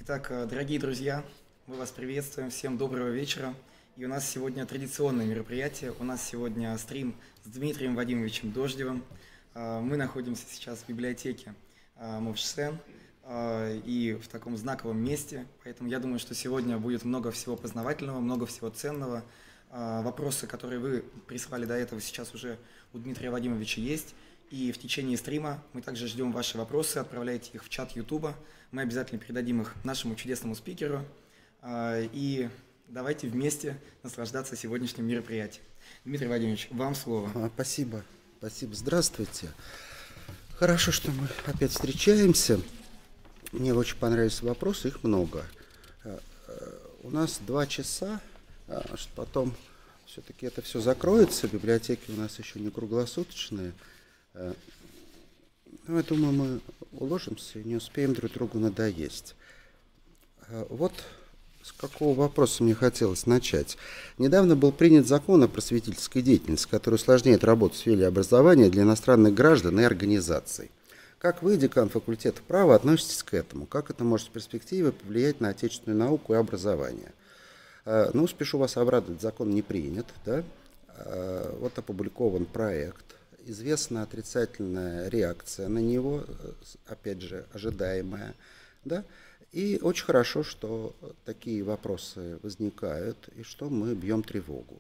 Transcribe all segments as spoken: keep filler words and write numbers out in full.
Итак, э, дорогие друзья, мы вас приветствуем, всем доброго вечера. И у нас сегодня традиционное мероприятие. У нас сегодня стрим с Дмитрием Вадимовичем Дождевым. Э, Мы находимся сейчас в библиотеке э, Мовшсен э, и в таком знаковом месте. Поэтому я думаю, что сегодня будет много всего познавательного, много всего ценного. Э, Вопросы, которые вы прислали до этого, сейчас уже у Дмитрия Вадимовича есть. И в течение стрима мы также ждем ваши вопросы, отправляйте их в чат Ютуба. Мы обязательно передадим их нашему чудесному спикеру. И давайте вместе наслаждаться сегодняшним мероприятием. Дмитрий Вадимович, вам слово. А, спасибо. Спасибо. Здравствуйте. Хорошо, что мы опять встречаемся. Мне очень понравились вопросы, их много. У нас два часа, что потом все-таки это все закроется. Библиотеки у нас еще не круглосуточные. Ну, я думаю, мы уложимся и не успеем друг другу надоесть. Вот с какого вопроса мне хотелось начать. Недавно был принят закон о просветительской деятельности, который усложняет работу в сфере образования для иностранных граждан и организаций. Как вы, декан факультета права, относитесь к этому? Как это может в перспективе повлиять на отечественную науку и образование? Ну, спешу вас обрадовать, закон не принят, да? Вот опубликован проект. Известна отрицательная реакция на него, опять же, ожидаемая, да, и очень хорошо, что такие вопросы возникают, и что мы бьем тревогу.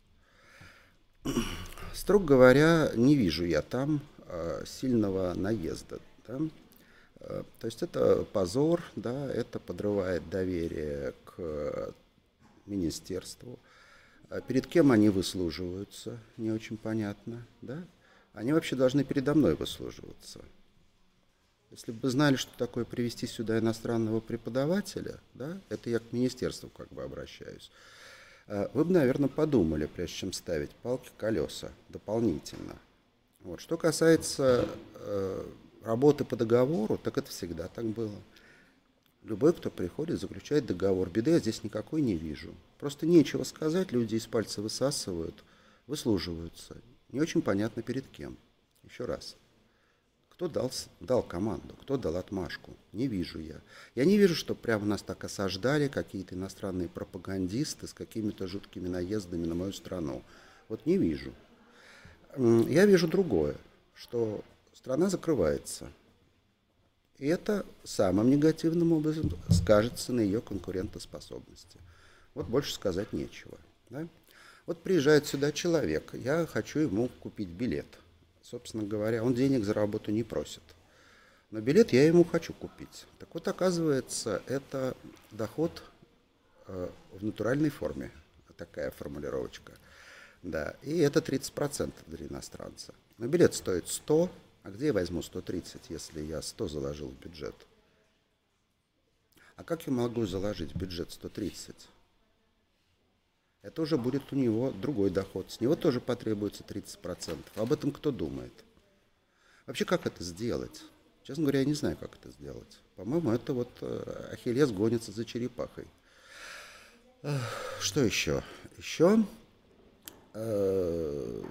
Строго говоря, не вижу я там э, сильного наезда, да? э, то есть это позор, да, это подрывает доверие к министерству, перед кем они выслуживаются, не очень понятно, да? Они вообще должны передо мной выслуживаться. Если бы вы знали, что такое привести сюда иностранного преподавателя, да, это я к министерству как бы обращаюсь, вы бы, наверное, подумали, прежде чем ставить палки-колеса дополнительно. Вот. Что касается э, работы по договору, так это всегда так было. Любой, кто приходит, заключает договор. Беды я здесь никакой не вижу. Просто нечего сказать, люди из пальца высасывают, выслуживаются. Не очень понятно перед кем. Еще раз. Кто дал, дал команду, кто дал отмашку? Не вижу я. Я не вижу, что прямо нас так осаждали какие-то иностранные пропагандисты с какими-то жуткими наездами на мою страну. Вот не вижу. Я вижу другое, что страна закрывается. И это самым негативным образом скажется на ее конкурентоспособности. Вот больше сказать нечего. Да? Вот приезжает сюда человек, я хочу ему купить билет. Собственно говоря, он денег за работу не просит. Но билет я ему хочу купить. Так вот, оказывается, это доход э, в натуральной форме. Такая формулировочка. Да. И это тридцать процентов для иностранца. Но билет стоит сто, а где я возьму сто тридцать, если я сто заложил в бюджет? А как я могу заложить в бюджет сто тридцать? Это уже будет у него другой доход. С него тоже потребуется тридцать процентов. Об этом кто думает? Вообще, как это сделать? Честно говоря, я не знаю, как это сделать. По-моему, это вот Ахиллес гонится за черепахой. Что еще? Еще э,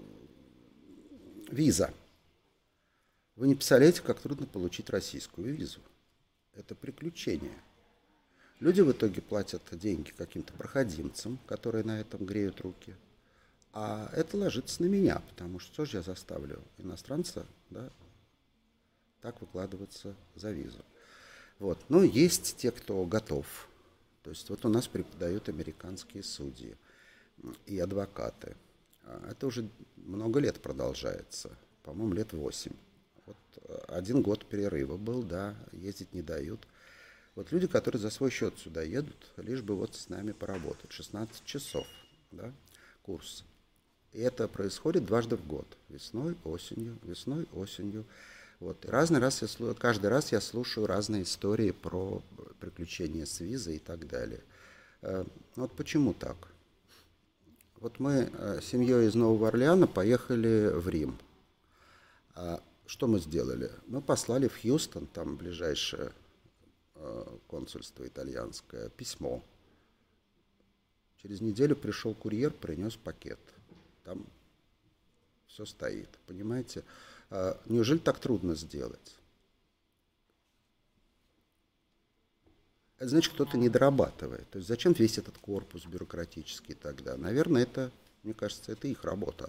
виза. Вы не представляете, как трудно получить российскую визу. Это приключение. Люди в итоге платят деньги каким-то проходимцам, которые на этом греют руки. А это ложится на меня, потому что что же я заставлю иностранца, да, так выкладываться за визу. Вот. Но есть те, кто готов. То есть вот у нас преподают американские судьи и адвокаты. Это уже много лет продолжается, по-моему, лет восемь. Вот один год перерыва был, да, ездить не дают. Вот люди, которые за свой счет сюда едут, лишь бы вот с нами поработать. шестнадцать часов, да, курс. И это происходит дважды в год. Весной, осенью, весной, осенью. Вот. И разный раз я, каждый раз я слушаю разные истории про приключения с визой и так далее. Вот почему так? Вот мы с семьей из Нового Орлеана поехали в Рим. Что мы сделали? Мы послали в Хьюстон, там ближайшее консульство итальянское, письмо. Через неделю пришел курьер, принес пакет. Там все стоит, понимаете? Неужели так трудно сделать? это значит, кто-то не дорабатывает. То есть зачем весь этот корпус бюрократический тогда? Наверное, это, мне кажется, это их работа.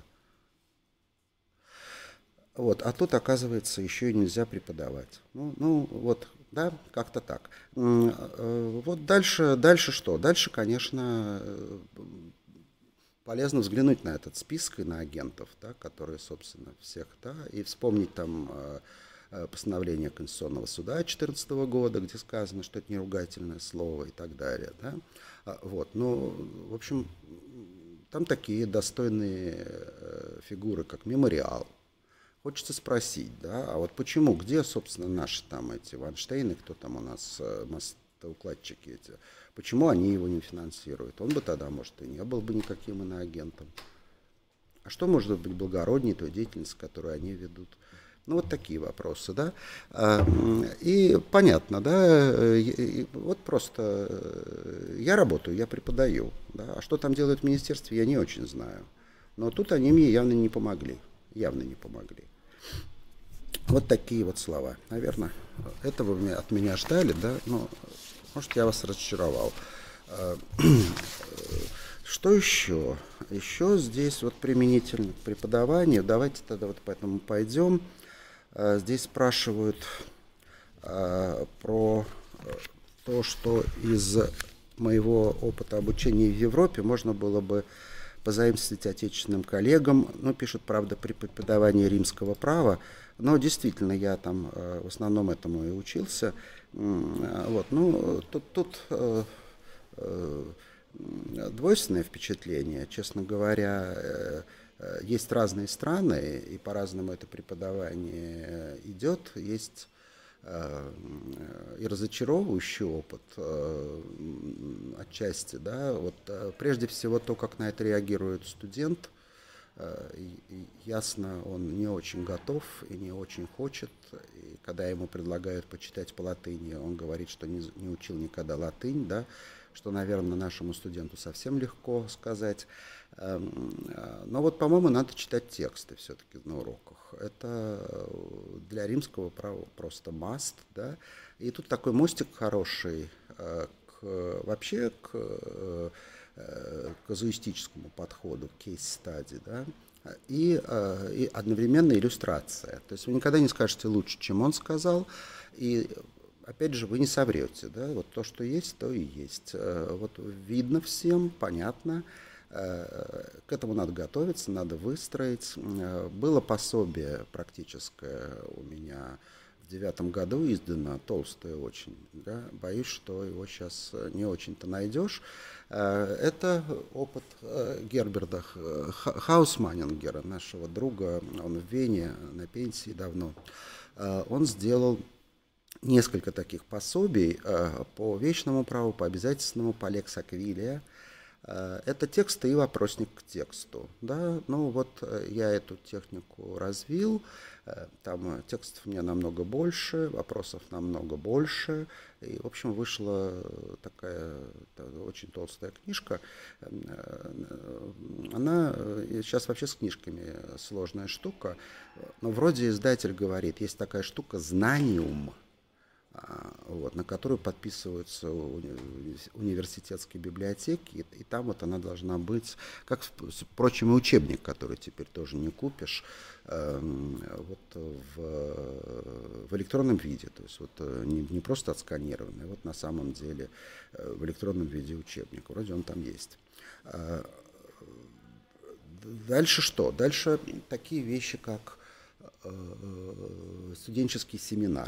Вот, а тут, оказывается, еще и нельзя преподавать. Ну, ну вот, да, как-то так. Вот дальше, дальше что? Дальше, конечно, полезно взглянуть на этот список и на агентов, да, которые, собственно, всех, да, и вспомнить там постановление Конституционного суда две тысячи четырнадцатого года, где сказано, что это не ругательное слово и так далее, да. Вот, ну, в общем, там такие достойные фигуры, как мемориал. Хочется спросить, да, а вот почему, где, собственно, наши там эти Вайнштейны, кто там у нас, мостоукладчики эти, почему они его не финансируют? Он бы тогда, может, и не был бы никаким иноагентом. А что может быть благороднее той деятельности, которую они ведут? Ну, вот такие вопросы, да. И понятно, да, вот просто я работаю, я преподаю, да, а что там делают в министерстве, я не очень знаю. Но тут они мне явно не помогли, явно не помогли. Вот такие вот слова. Наверное, этого вы от меня ждали, да, но, может, я вас разочаровал. Что еще? Еще здесь вот применительно к преподаванию, давайте тогда вот поэтому пойдем. Здесь спрашивают про то, что из моего опыта обучения в Европе можно было бы позаимствовать отечественным коллегам. Ну, пишут, правда, при преподавании римского права, но действительно я там в основном этому и учился. Вот, ну, тут, тут двойственное впечатление, честно говоря. Есть разные страны, и по-разному это преподавание идет. Есть и разочаровывающий опыт отчасти, да, вот прежде всего то, как на это реагирует студент, ясно, он не очень готов и не очень хочет, и когда ему предлагают почитать по латыни, он говорит, что не, не учил никогда латынь, да, что, наверное, нашему студенту совсем легко сказать. Но вот, по-моему, надо читать тексты все-таки на уроках. Это для римского права просто must, да. И тут такой мостик хороший к, вообще к казуистическому подходу, кейс-стади, да, и, и одновременно иллюстрация. То есть вы никогда не скажете лучше, чем он сказал, и опять же, вы не соврете, да, вот то, что есть, то и есть. Вот видно всем, понятно, к этому надо готовиться, надо выстроить. Было пособие практическое у меня в девятом году издано, толстое очень, да, боюсь, что его сейчас не очень-то найдешь. Это опыт Герберта Хаусманингера, нашего друга, он в Вене на пенсии давно. Он сделал несколько таких пособий по вечному праву, по обязательственному, по лекс Аквилия. Это тексты и вопросник к тексту. Да? Ну вот я эту технику развил, там текстов у меня намного больше, вопросов намного больше. И, в общем, вышла такая очень толстая книжка. Она сейчас вообще с книжками сложная штука, но вроде издатель говорит, есть такая штука «Знаниум», вот, на которую подписываются уни- университетские библиотеки, и, и там вот она должна быть, как, впрочем, и учебник, который теперь тоже не купишь, э, вот в, в электронном виде, то есть вот не, не просто отсканированный, вот на самом деле в электронном виде учебник, вроде он там есть. Дальше что? Дальше такие вещи, как студенческий семинар.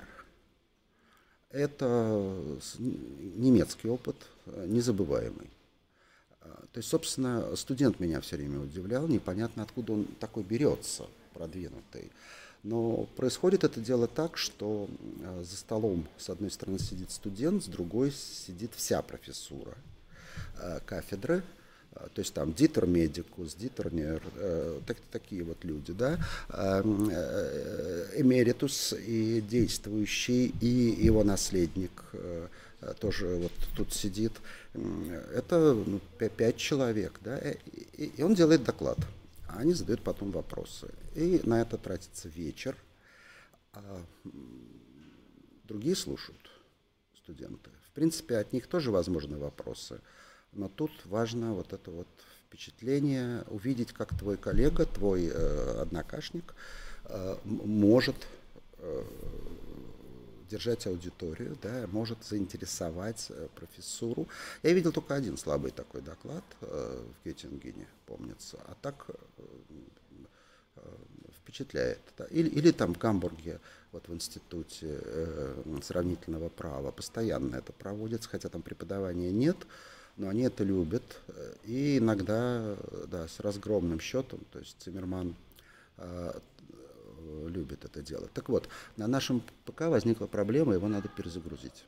Это немецкий опыт, незабываемый. То есть, собственно, студент меня все время удивлял, непонятно, откуда он такой берется, продвинутый. Но происходит это дело так, что за столом с одной стороны сидит студент, с другой сидит вся профессура кафедры. То есть там дитер медикус, дитер нер, э, так, такие вот люди, да, э, э, эмеритус и действующий, и его наследник э, тоже вот тут сидит. Это ну, пять человек, да, и, и он делает доклад, а они задают потом вопросы. И на это тратится вечер, а другие слушают, студенты. принципе, от них тоже возможны вопросы. Но тут важно вот это вот впечатление, увидеть, как твой коллега, твой э, однокашник э, может э, держать аудиторию, да, может заинтересовать э, профессуру. Я видел только один слабый такой доклад э, в Геттингене, помнится, а так э, э, впечатляет. Да. Или, или там в Гамбурге, вот в институте э, сравнительного права, постоянно это проводится, хотя там преподавания нет, но они это любят. И иногда, да, с разгромным счетом, то есть Циммерман э, любит это делать. Так вот, на нашем ПК возникла проблема, его надо перезагрузить.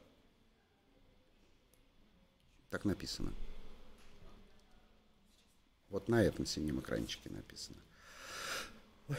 Так написано. Вот на этом синем экранчике написано. Ой.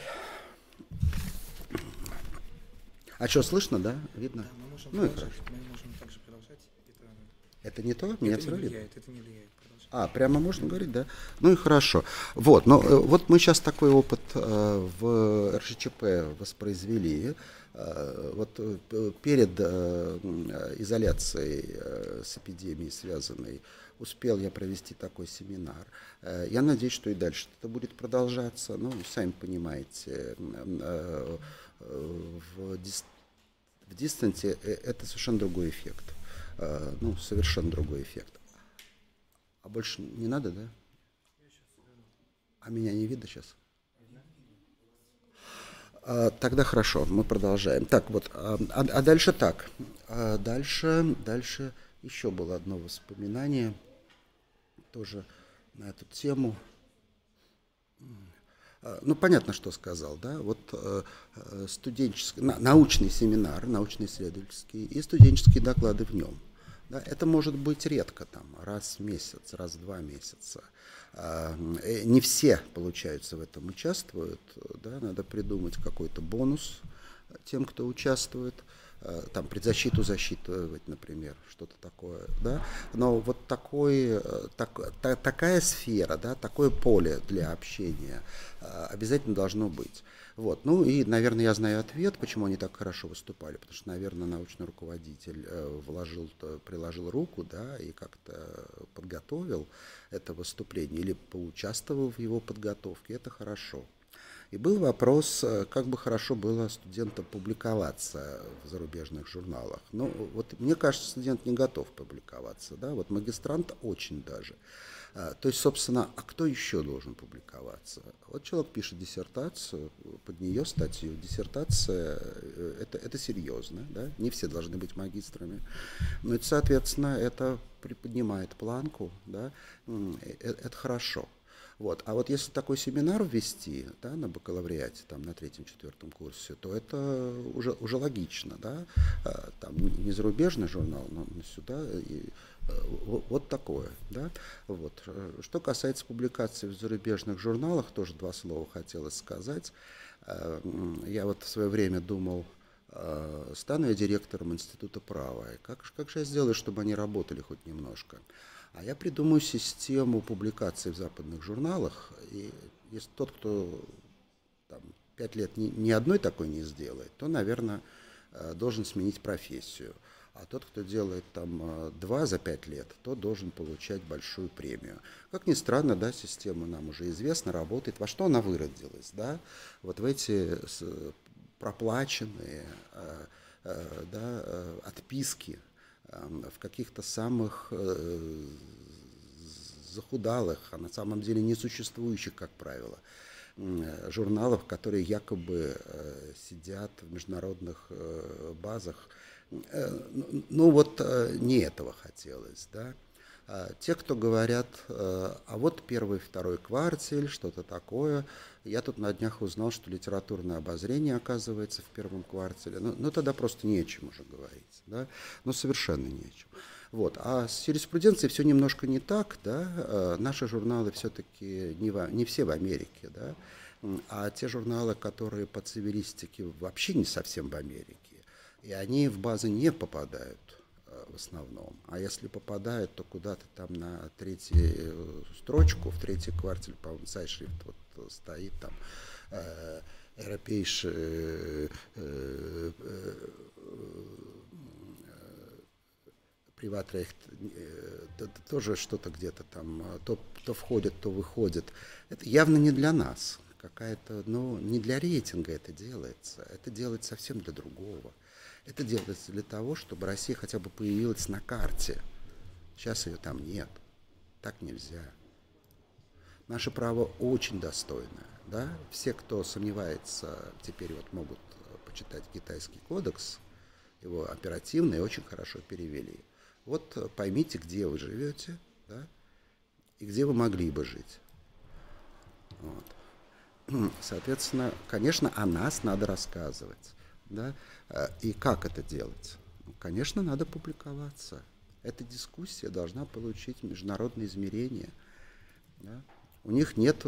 А что, слышно, да? Видно? Да, мы можем, ну, продолжать. Мы можем также продолжать. Это, это не то? Меня это все не видно? влияет, это не влияет. А, прямо можно говорить, да? Ну и хорошо. Вот, но э, вот мы сейчас такой опыт э, в эр жэ че пэ воспроизвели. Э, вот э, перед э, изоляцией э, с эпидемией связанной успел я провести такой семинар. Э, я надеюсь, что и дальше это будет продолжаться. Ну, сами понимаете, э, э, в, дис, в дистанте это совершенно другой эффект. Э, ну, совершенно другой эффект. А больше не надо, да? А меня не видно сейчас? А, тогда хорошо, мы продолжаем. Так, вот, а, а дальше так. А дальше, дальше еще было одно воспоминание, тоже на эту тему. Ну, понятно, что сказал, да? Вот студенческий, научный семинар, научно-исследовательский и студенческие доклады в нем. Да, это может быть редко, там, раз в месяц, раз в два месяца. А, не все, получается, в этом участвуют. Да, надо придумать какой-то бонус тем, кто участвует. А, там, предзащиту засчитывать, например, что-то такое. Да? Но вот такой, так, та, такая сфера, да, такое поле для общения а, обязательно должно быть. Вот. Ну и, наверное, я знаю ответ, почему они так хорошо выступали, потому что, наверное, научный руководитель э, вложил, приложил руку, да, и как-то подготовил это выступление или поучаствовал в его подготовке, это хорошо. И был вопрос, как бы хорошо было студентам публиковаться в зарубежных журналах. Ну, вот мне кажется, студент не готов публиковаться, да, вот магистрант очень даже. То есть, собственно, а кто еще должен публиковаться? Вот человек пишет диссертацию, под нее статью. Диссертация это, это серьезно, да? Не все должны быть магистрами. Но это, соответственно, это приподнимает планку, да? Это хорошо. Вот. А вот если такой семинар ввести, да, на бакалавриате, там, на третьем-четвертом курсе, то это уже, уже логично, да, там не зарубежный журнал, но сюда и вот такое, да. Вот. Что касается публикаций в зарубежных журналах, тоже два слова хотелось сказать. Я вот в свое время думал, стану я директором Института права, как, как же я сделаю, чтобы они работали хоть немножко? А я придумаю систему публикаций в западных журналах, и если тот, кто там, пять лет ни, ни одной такой не сделает, то, наверное, должен сменить профессию. А тот, кто делает там два за пять лет, то должен получать большую премию. Как ни странно, да, система нам уже известна, работает. Во что она выродилась, да? Вот в эти проплаченные да, отписки в каких-то самых захудалых, а на самом деле несуществующих, как правило, журналах, которые якобы сидят в международных базах. Ну вот не этого хотелось, да. Те, кто говорят, а вот первый, второй квартиль, что-то такое. Я тут на днях узнал, что литературное обозрение оказывается в первом квартале. Ну, ну тогда просто не о чем уже говорить, да? Ну, совершенно не о чем. Вот. А с юриспруденцией все немножко не так, да? Наши журналы все-таки не, в, не все в Америке, да? А те журналы, которые по цивилистике вообще не совсем в Америке, и они в базы не попадают в основном. А если попадают, то куда-то там на третью строчку, в третий кварталь, по-моему, сайшрифт вот стоит там э, европейший э, э, приват-рейх тоже что-то где-то там то, то входит, то выходит. Это явно не для нас. Какая-то, ну, не для рейтинга это делается. Это делается совсем для другого. Это делается для того, чтобы Россия хотя бы появилась на карте. Сейчас ее там нет. Так нельзя. Наше право очень достойное. Да? Все, кто сомневается, теперь вот могут почитать китайский кодекс. Его оперативно и очень хорошо перевели. Вот поймите, где вы живете, да, и где вы могли бы жить. Вот. Соответственно, конечно, о нас надо рассказывать. Да? И как это делать? Ну, конечно, надо публиковаться. Эта дискуссия должна получить международное измерение. Да? У них нет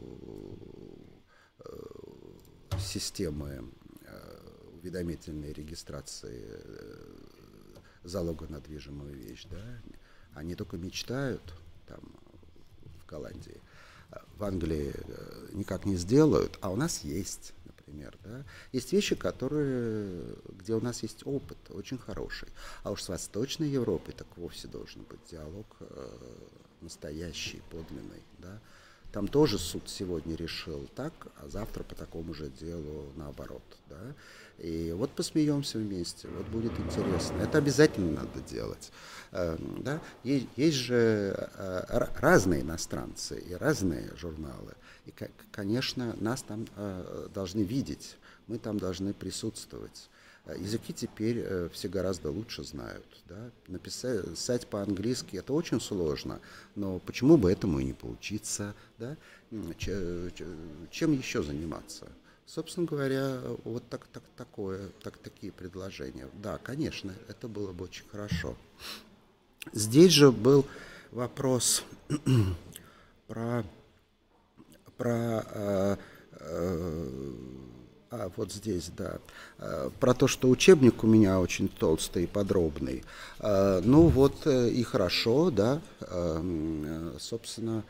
системы уведомительной регистрации залога на движимую вещь, да, они только мечтают там в Голландии, в Англии никак не сделают, а у нас есть, например, да, есть вещи, которые, где у нас есть опыт очень хороший, а уж с Восточной Европой так вовсе должен быть диалог э, настоящий, подлинный, да. Там тоже суд сегодня решил так, а завтра по такому же делу наоборот. Да? И вот посмеемся вместе, вот будет интересно. Это обязательно надо делать. Да? Есть, есть же разные иностранцы и разные журналы. И, конечно, нас там должны видеть, мы там должны присутствовать. Языки теперь э, все гораздо лучше знают. Да? Написать сайт по-английски это очень сложно, но почему бы этому и не поучиться? Да? Ч, ч, чем еще заниматься? Собственно говоря, вот так, так, такое, так, такие предложения. Да, конечно, это было бы очень хорошо. Здесь же был вопрос про... про э, э, А, вот здесь, да. Про то, что учебник у меня очень толстый и подробный. Ну вот и хорошо, да. Собственно,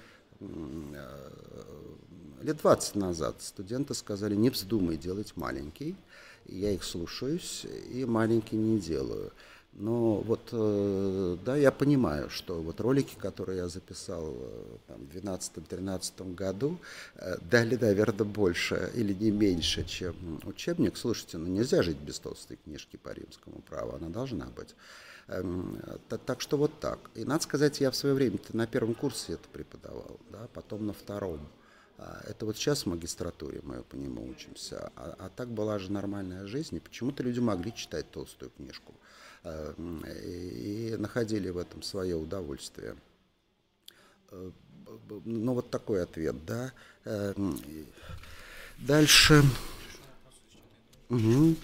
лет двадцать назад студенты сказали, не вздумай делать маленький. Я их слушаюсь и маленький не делаю. Но вот, да, я понимаю, что вот ролики, которые я записал там, в двенадцатом-тринадцатом году, дали, наверное, больше или не меньше, чем учебник. Слушайте, ну нельзя жить без толстой книжки по римскому праву, она должна быть. Так что вот так. И надо сказать, я в свое время на первом курсе это преподавал, да, потом на втором. Это вот сейчас в магистратуре мы по нему учимся. А, а так была же нормальная жизнь, и почему-то люди могли читать толстую книжку. И находили в этом свое удовольствие. Ну, вот такой ответ, да. Дальше. Угу.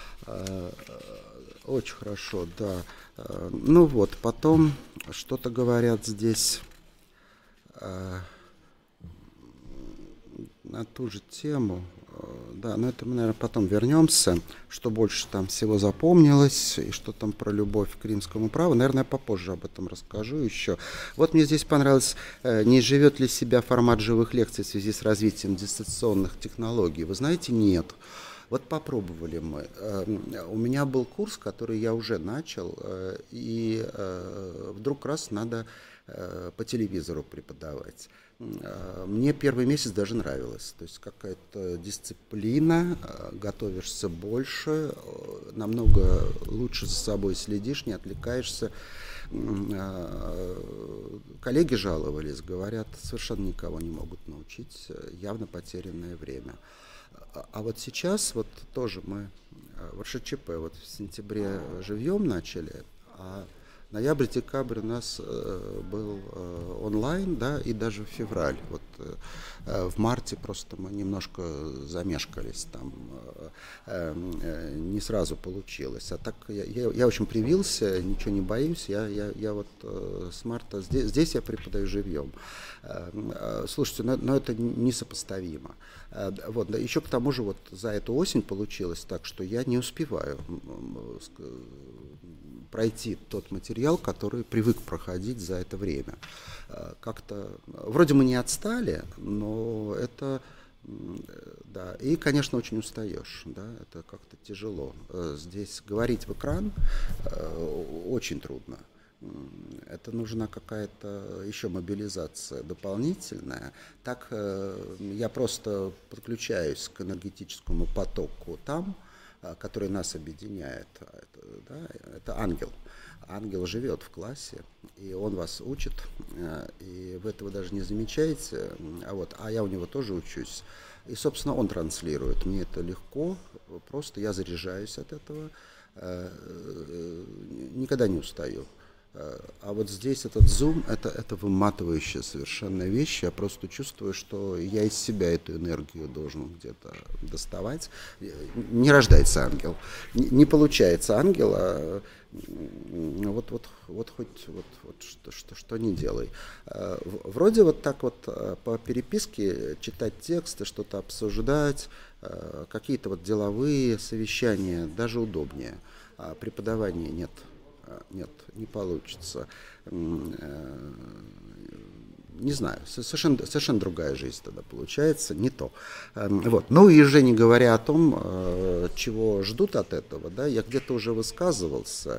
Очень хорошо, да. Ну вот, потом что-то говорят здесь на ту же тему. Да, но это мы, наверное, потом вернемся, что больше там всего запомнилось, и что там про любовь к римскому праву. Наверное, я попозже об этом расскажу еще. Вот мне здесь понравилось, не изживет ли себя формат живых лекций в связи с развитием дистанционных технологий. Вы знаете, нет. Вот попробовали мы. У меня был курс, который я уже начал, и вдруг раз надо по телевизору преподавать. Мне первый месяц даже нравилось. То есть какая-то дисциплина, готовишься больше, намного лучше за собой следишь, не отвлекаешься. Коллеги жаловались, говорят, совершенно никого не могут научить, явно потерянное время. А вот сейчас вот тоже мы в РШЧП вот в сентябре живьем начали, а ноябрь-декабрь у нас э, был э, онлайн, да, и даже февраль. Вот э, в марте просто мы немножко замешкались, там э, э, не сразу получилось. А так я, я, я очень привился, ничего не боюсь. Я, я, я вот э, с марта здесь, здесь я преподаю живьем. Э, э, слушайте, но, но это несопоставимо. Э, вот, да, еще к тому же вот за эту осень получилось так, что я не успеваю пройти тот материал, который привык проходить за это время. Как-то, вроде мы не отстали, но это, да, и, конечно, очень устаешь, да, это как-то тяжело. Здесь говорить в экран очень трудно. это нужна какая-то еще мобилизация дополнительная. Так я просто подключаюсь к энергетическому потоку там, который нас объединяет. Это, да, это ангел. Ангел живет в классе, и он вас учит, и вы этого даже не замечаете, а, вот, а я у него тоже учусь. И, собственно, он транслирует. Мне это легко, просто я заряжаюсь от этого, никогда не устаю. А вот здесь этот зум, это, это выматывающая совершенно вещь. Я просто чувствую, что я из себя эту энергию должен где-то доставать. Не рождается ангел, не, не получается ангел, а вот, вот, вот хоть вот, вот что, что, что не делай. Вроде вот так вот по переписке читать тексты, что-то обсуждать, какие-то вот деловые совещания даже удобнее, а преподавания нет. Нет, не получится. Не знаю, совершенно, совершенно другая жизнь тогда получается, не то. Вот. Ну и уже не говоря о том, чего ждут от этого, да, я где-то уже высказывался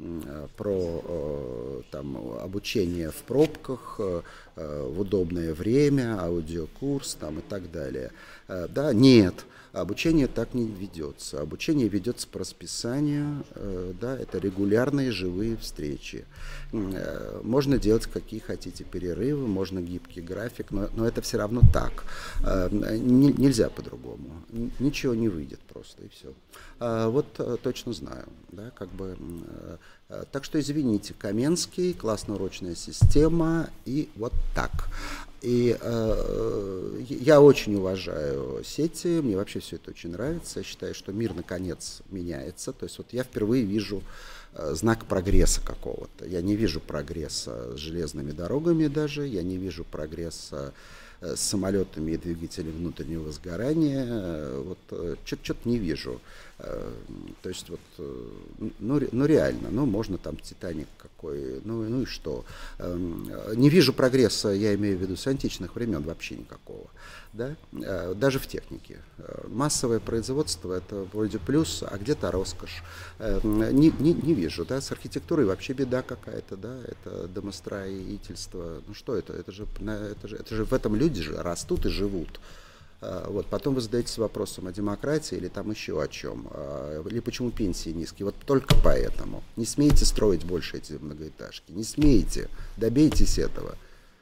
про там, обучение в пробках, в удобное время, аудиокурс там, и так далее. Да, нет. Обучение так не ведется. Обучение ведется по расписанию, да, это регулярные живые встречи. Можно делать какие хотите перерывы, можно гибкий график, но, но это все равно так. Нельзя по-другому. Ничего не выйдет просто, и все. Вот точно знаю, да, как бы. Так что извините, Каменский, классно-урочная система, и вот так. И э, я очень уважаю сети, мне вообще все это очень нравится. Я считаю, что мир наконец меняется. То есть вот я впервые вижу э, знак прогресса какого-то. Я не вижу прогресса с железными дорогами даже, я не вижу прогресса э, с самолетами и двигателями внутреннего сгорания. Э, вот э, что-то не вижу. Э, то есть вот, э, ну, ну реально, ну можно там Титаник какой, ну, ну и что. Э, не вижу прогресса, я имею в виду, с античных времен вообще никакого, да, даже в технике. Массовое производство — это вроде плюс, а где-то роскошь. Не, не, не вижу, да, с архитектурой вообще беда какая-то, да, это домостроительство, ну что это, это же, это же, это же в этом люди же растут и живут. Вот. Потом вы задаетесь вопросом о демократии или там еще о чем, или почему пенсии низкие. Вот только поэтому. Не смейте строить больше эти многоэтажки, не смейте, добейтесь этого.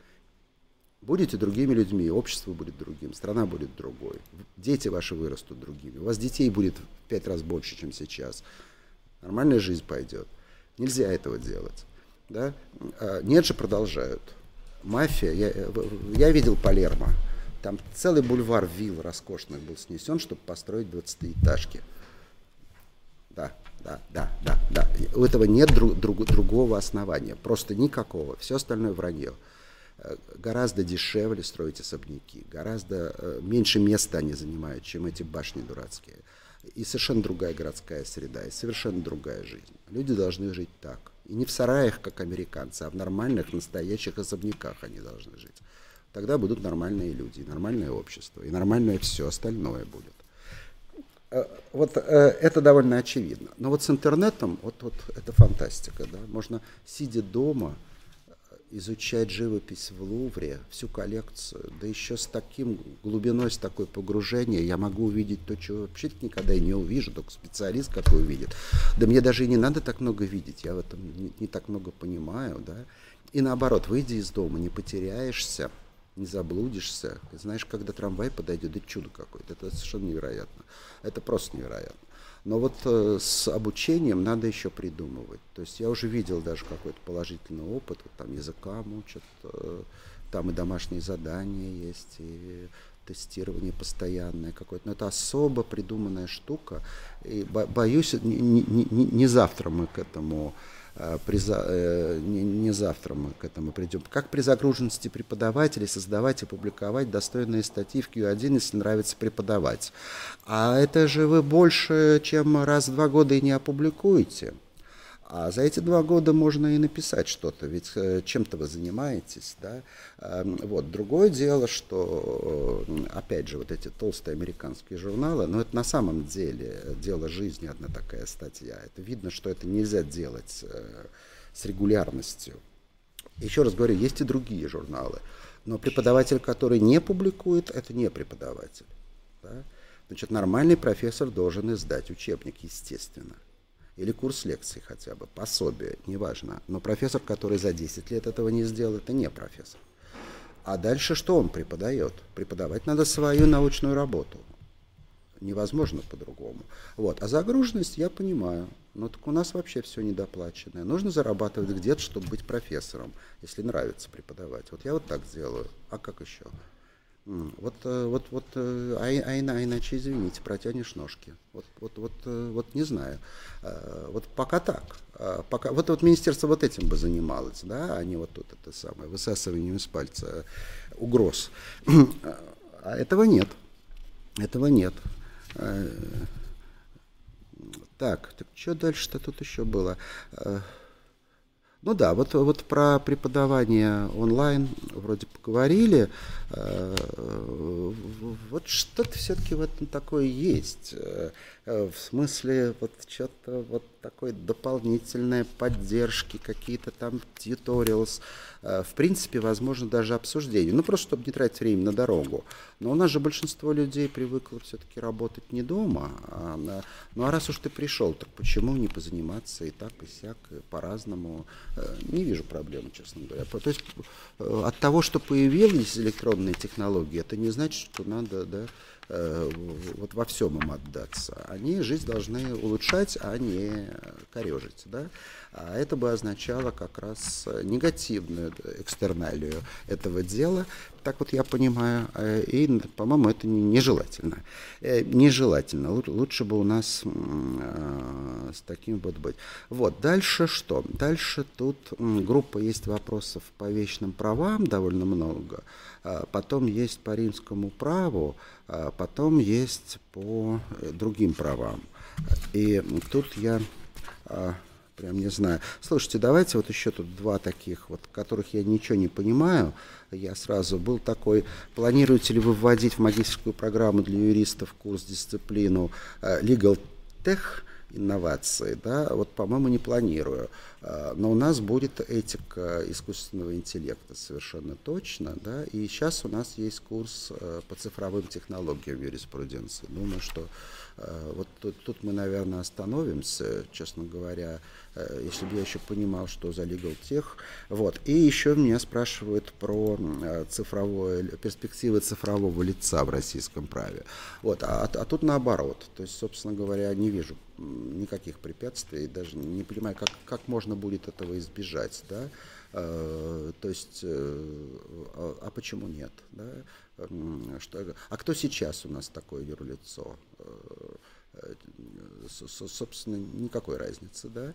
Будете другими людьми, общество будет другим, страна будет другой, дети ваши вырастут другими, у вас детей будет в пять раз больше, чем сейчас. Нормальная жизнь пойдет. Нельзя этого делать. Да? Нет же, продолжают. Мафия, я, я видел Палермо. Там целый бульвар вилл роскошных был снесен, чтобы построить двадцатиэтажки. Да, да, да, да, да. У этого нет друг, друг, другого основания. Просто никакого. Все остальное вранье. Гораздо дешевле строить особняки. Гораздо э, меньше места они занимают, чем эти башни дурацкие. И совершенно другая городская среда, и совершенно другая жизнь. Люди должны жить так. И не в сараях, как американцы, а в нормальных, настоящих особняках они должны жить. Тогда будут нормальные люди, нормальное общество, и нормальное все остальное будет. Вот это довольно очевидно. Но вот с интернетом, вот, вот это фантастика. Да? Можно, сидя дома, изучать живопись в Лувре, всю коллекцию, да еще с таким глубиной, с такой погружением, я могу увидеть то, чего вообще никогда и не увижу, только специалист какой увидит. Да мне даже и не надо так много видеть, я в этом не, не так много понимаю. Да? И наоборот, выйди из дома, не потеряешься, не заблудишься. И знаешь, когда трамвай подойдет, это чудо какое-то. Это совершенно невероятно. Это просто невероятно. Но вот э, с обучением надо еще придумывать. То есть я уже видел даже какой-то положительный опыт. Вот там языка мучат, э, там и домашние задания есть, и тестирование постоянное какое-то. Но это особо придуманная штука. И бо- боюсь, не, не, не, не завтра мы к этому... При, не, не завтра мы к этому придем. Как при загруженности преподавателей создавать и публиковать достойные статьи в кью один, если нравится преподавать. А это же вы больше, чем раз в два года и не опубликуете. А за эти два года можно и написать что-то, ведь чем-то вы занимаетесь. Да? Вот. Другое дело, что, опять же, вот эти толстые американские журналы, но это на самом деле дело жизни, одна такая статья. Это видно, что это нельзя делать с регулярностью. Еще раз говорю, есть и другие журналы, но преподаватель, который не публикует, это не преподаватель. Да? Значит, нормальный профессор должен издать учебник, естественно, или курс лекций хотя бы, пособие, неважно. Но профессор, который за десять лет этого не сделал, это не профессор. А дальше что он преподает? Преподавать надо свою научную работу. Невозможно по-другому. Вот. А загруженность я понимаю. Но так у нас вообще все недоплаченное. Нужно зарабатывать где-то, чтобы быть профессором, если нравится преподавать. Вот я вот так делаю. А как еще? Вот, вот, вот, а, а, а иначе, извините, протянешь ножки. Вот, вот, вот, вот не знаю. Вот пока так. Пока, вот, вот министерство вот этим бы занималось, да, а не вот тут это самое, высасыванием из пальца угроз. А этого нет. Этого нет. Так, так что дальше-то тут еще было? Ну да, вот, вот про преподавание онлайн вроде поговорили. Вот что-то все-таки в этом такое есть. В смысле, вот что-то вот такой дополнительной поддержки, какие-то там tutorials. В принципе, возможно, даже обсуждение. Ну, просто чтобы не тратить время на дорогу. Но у нас же большинство людей привыкло все-таки работать не дома. А на... Ну, а раз уж ты пришел, так почему не позаниматься и так, и сяк, и по-разному? Не вижу проблемы, честно говоря. То есть от того, что появились электронные технологии, это не значит, что надо, да, вот во всем им отдаться. Они жизнь должны улучшать, а не корежить, да? А это бы означало как раз негативную экстерналию этого дела. Так вот я понимаю, и, по-моему, это нежелательно. Нежелательно. Лучше бы у нас с таким вот быть. Вот, дальше что? Дальше тут группа есть вопросов по вечным правам, довольно много. Потом есть по римскому праву, потом есть по другим правам. И тут я... Прям не знаю. Слушайте, давайте вот еще тут два таких, вот, которых я ничего не понимаю. Я сразу был такой, планируете ли вы вводить в магистерскую программу для юристов курс, дисциплину Legal Tech, инновации, да, вот, по-моему, не планирую. Но у нас будет этика искусственного интеллекта совершенно точно, да, и сейчас у нас есть курс по цифровым технологиям юриспруденции. Думаю, что вот тут, тут мы, наверное, остановимся, честно говоря, если бы я еще понимал, что за Legal Tech. Вот. И еще меня спрашивают про цифровое, перспективы цифрового лица в российском праве. Вот. А, а тут наоборот. То есть, собственно говоря, не вижу никаких препятствий, даже не понимаю, как, как можно будет этого избежать. Да? То есть, а, а почему нет? Да? Что, а кто сейчас у нас такое юрлицо? Собственно, никакой разницы, да?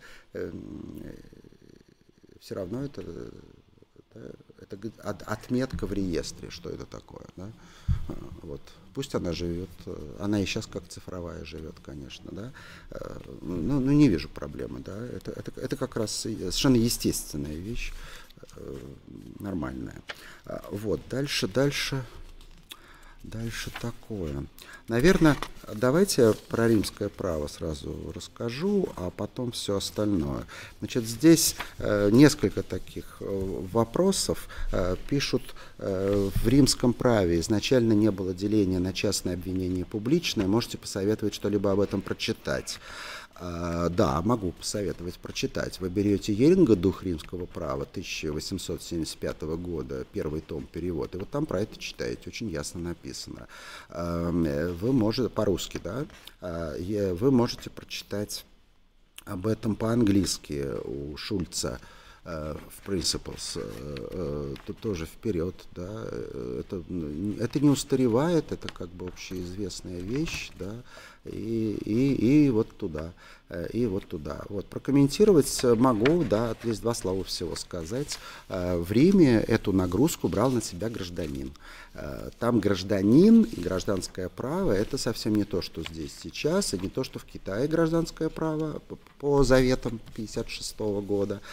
Все равно это, да, это отметка в реестре, что это такое, да? Вот. Пусть она живет, она и сейчас как цифровая живет, конечно, да? Ну, ну не вижу проблемы, да? Это, это, это как раз совершенно естественная вещь, нормальная. Вот, дальше, дальше... Дальше такое. Наверное, давайте я про римское право сразу расскажу, а потом все остальное. Значит, здесь э, несколько таких э, вопросов. Э, пишут, э, в римском праве изначально не было деления на частное обвинение и публичное. Можете посоветовать что-либо об этом прочитать? Uh, да, могу посоветовать прочитать. Вы берете Еринга «Дух римского права» тысяча восемьсот семьдесят пятого года, первый том, перевод, и вот там про это читаете, очень ясно написано. Uh, вы можете, по-русски, да, uh, вы можете прочитать об этом по-английски у Шульца. Uh, в Principles, uh, uh, тут тоже вперед, да, это, это не устаревает, это как бы общеизвестная вещь, да, и, и, и вот туда, и вот туда. Вот, прокомментировать могу, да, есть два слова всего сказать. В Риме эту нагрузку брал на себя гражданин. Там гражданин и гражданское право — это совсем не то, что здесь сейчас, и не то, что в Китае гражданское право по заветам пятьдесят шестого года.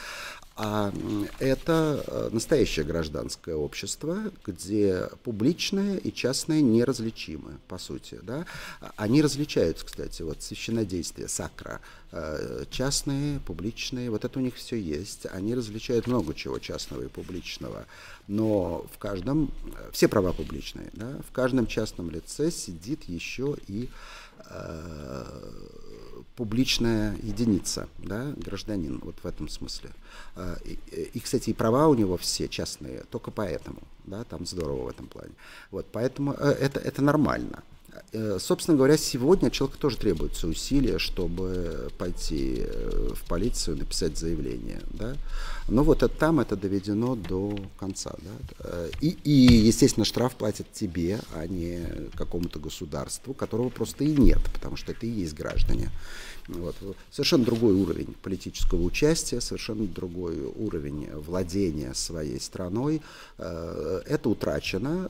А это настоящее гражданское общество, где публичное и частное неразличимы, по сути. Да? Они различаются, кстати, вот священнодействие, сакра, частные, публичные, вот это у них все есть. Они различают много чего частного и публичного, но в каждом, все права публичные, да? В каждом частном лице сидит еще и э, публичная единица, да, гражданин, вот в этом смысле. И, и, кстати, и права у него все частные, только поэтому, да, там здорово в этом плане. Вот, поэтому это, это нормально. Собственно говоря, сегодня человеку тоже требуются усилия, чтобы пойти в полицию, написать заявление, да. Но вот это, там это доведено до конца, да. И, и, естественно, штраф платят тебе, а не какому-то государству, которого просто и нет, потому что это и есть граждане. Вот. Совершенно другой уровень политического участия, совершенно другой уровень владения своей страной. Это утрачено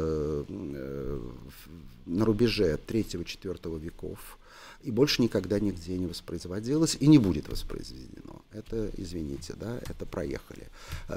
на рубеже третьего-четвёртого веков и больше никогда нигде не воспроизводилось и не будет воспроизведено. Это, извините, да, это проехали.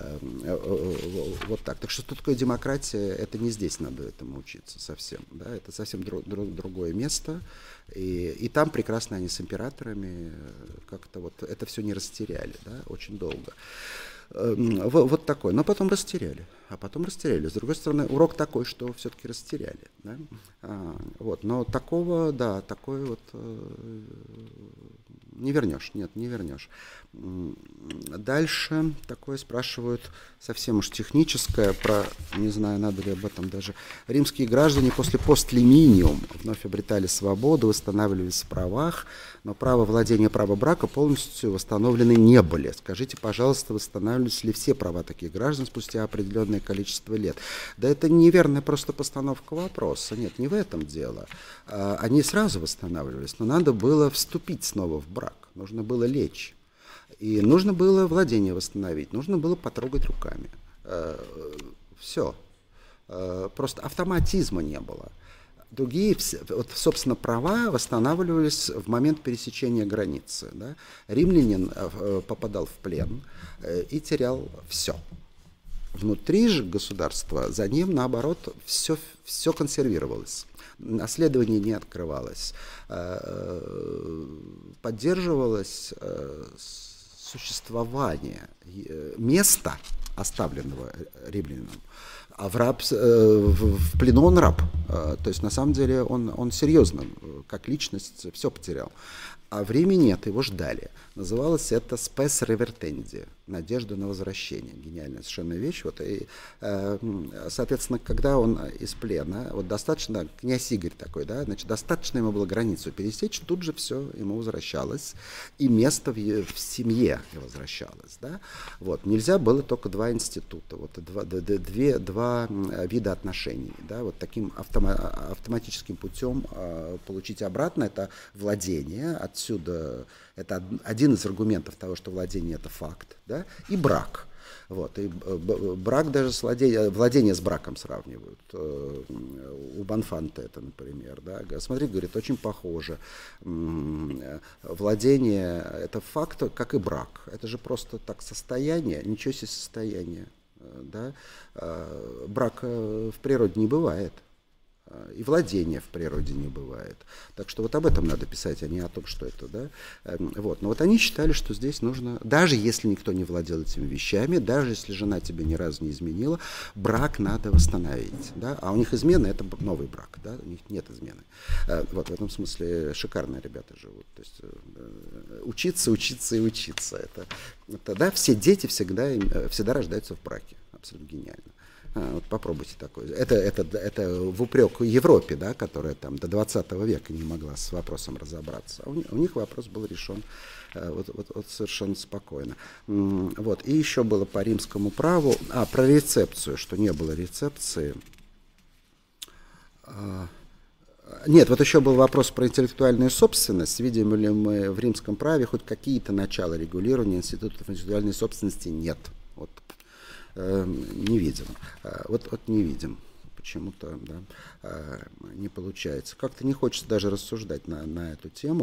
Вот так. Так что такое демократия, это не здесь надо этому учиться совсем. Да? Это совсем дру- дру- другое место. И, и там прекрасно они с императорами как-то вот это все не растеряли, да, очень долго. Вот такой. Но потом растеряли. А потом растеряли. С другой стороны, урок такой, что все-таки растеряли. Да? А, вот. Но такого, да, такой вот э, не вернешь. Нет, не вернешь. Дальше такое спрашивают совсем уж техническое, про, не знаю, надо ли об этом даже. Римские граждане после постлиминиум вновь обретали свободу, восстанавливались в правах, но право владения, право брака полностью восстановлены не были. Скажите, пожалуйста, восстанавливались ли все права таких граждан спустя определенное количество лет? Да это неверная просто постановка вопроса. Нет, не в этом дело. Они сразу восстанавливались, но надо было вступить снова в брак, нужно было лечь. И нужно было владение восстановить, нужно было потрогать руками. Все. Просто автоматизма не было. Другие, вот, собственно, права восстанавливались в момент пересечения границы. Да? Римлянин попадал в плен и терял все. Внутри же государства за ним, наоборот, все, все консервировалось. Наследование не открывалось. Поддерживалось существование места, оставленного римлянином. А в, раб, в плену он раб. То есть, на самом деле, он, он серьезно, как личность, все потерял. А в Риме нет, его ждали. Называлось это «spes revertendi», «надежда на возвращение». Гениальная совершенно вещь. Вот, и, соответственно, когда он из плена, вот достаточно, князь Игорь такой, да, значит, достаточно ему было границу пересечь, тут же все ему возвращалось, и место в, в семье возвращалось. Да. Вот, нельзя было только два института, вот, два, две, два вида отношений. Да, вот таким автома, автоматическим путем получить обратно это владение, отсюда это один из аргументов того, что владение это факт, да, и брак. Вот, и брак даже с владением, владение с браком сравнивают. У Бонфанта это, например, да. Смотри, говорит, очень похоже. Владение это факт, как и брак. Это же просто так состояние, ничего себе состояние. Да. Брака в природе не бывает. И владения в природе не бывает. Так что вот об этом надо писать, а не о том, что это, да. Вот. Но вот они считали, что здесь нужно, даже если никто не владел этими вещами, даже если жена тебя ни разу не изменила, брак надо восстановить, да. А у них измена — это новый брак, да, у них нет измены. Вот в этом смысле шикарные ребята живут. То есть учиться, учиться и учиться. Это, это, да, все дети всегда, всегда рождаются в браке. Абсолютно гениально. А, вот попробуйте такое. Это, это, это в упрек Европе, да, которая там до двадцатого века не могла с вопросом разобраться. А у, у них вопрос был решен а, вот, вот, вот совершенно спокойно. Вот. И еще было по римскому праву, а, про рецепцию, что не было рецепции. А, нет, вот еще был вопрос про интеллектуальную собственность. Видим ли мы в римском праве хоть какие-то начала регулирования институтов интеллектуальной собственности? Нет. Вот. Не видим. Вот, вот не видим. Почему-то, да, не получается. Как-то не хочется даже рассуждать на, на эту тему.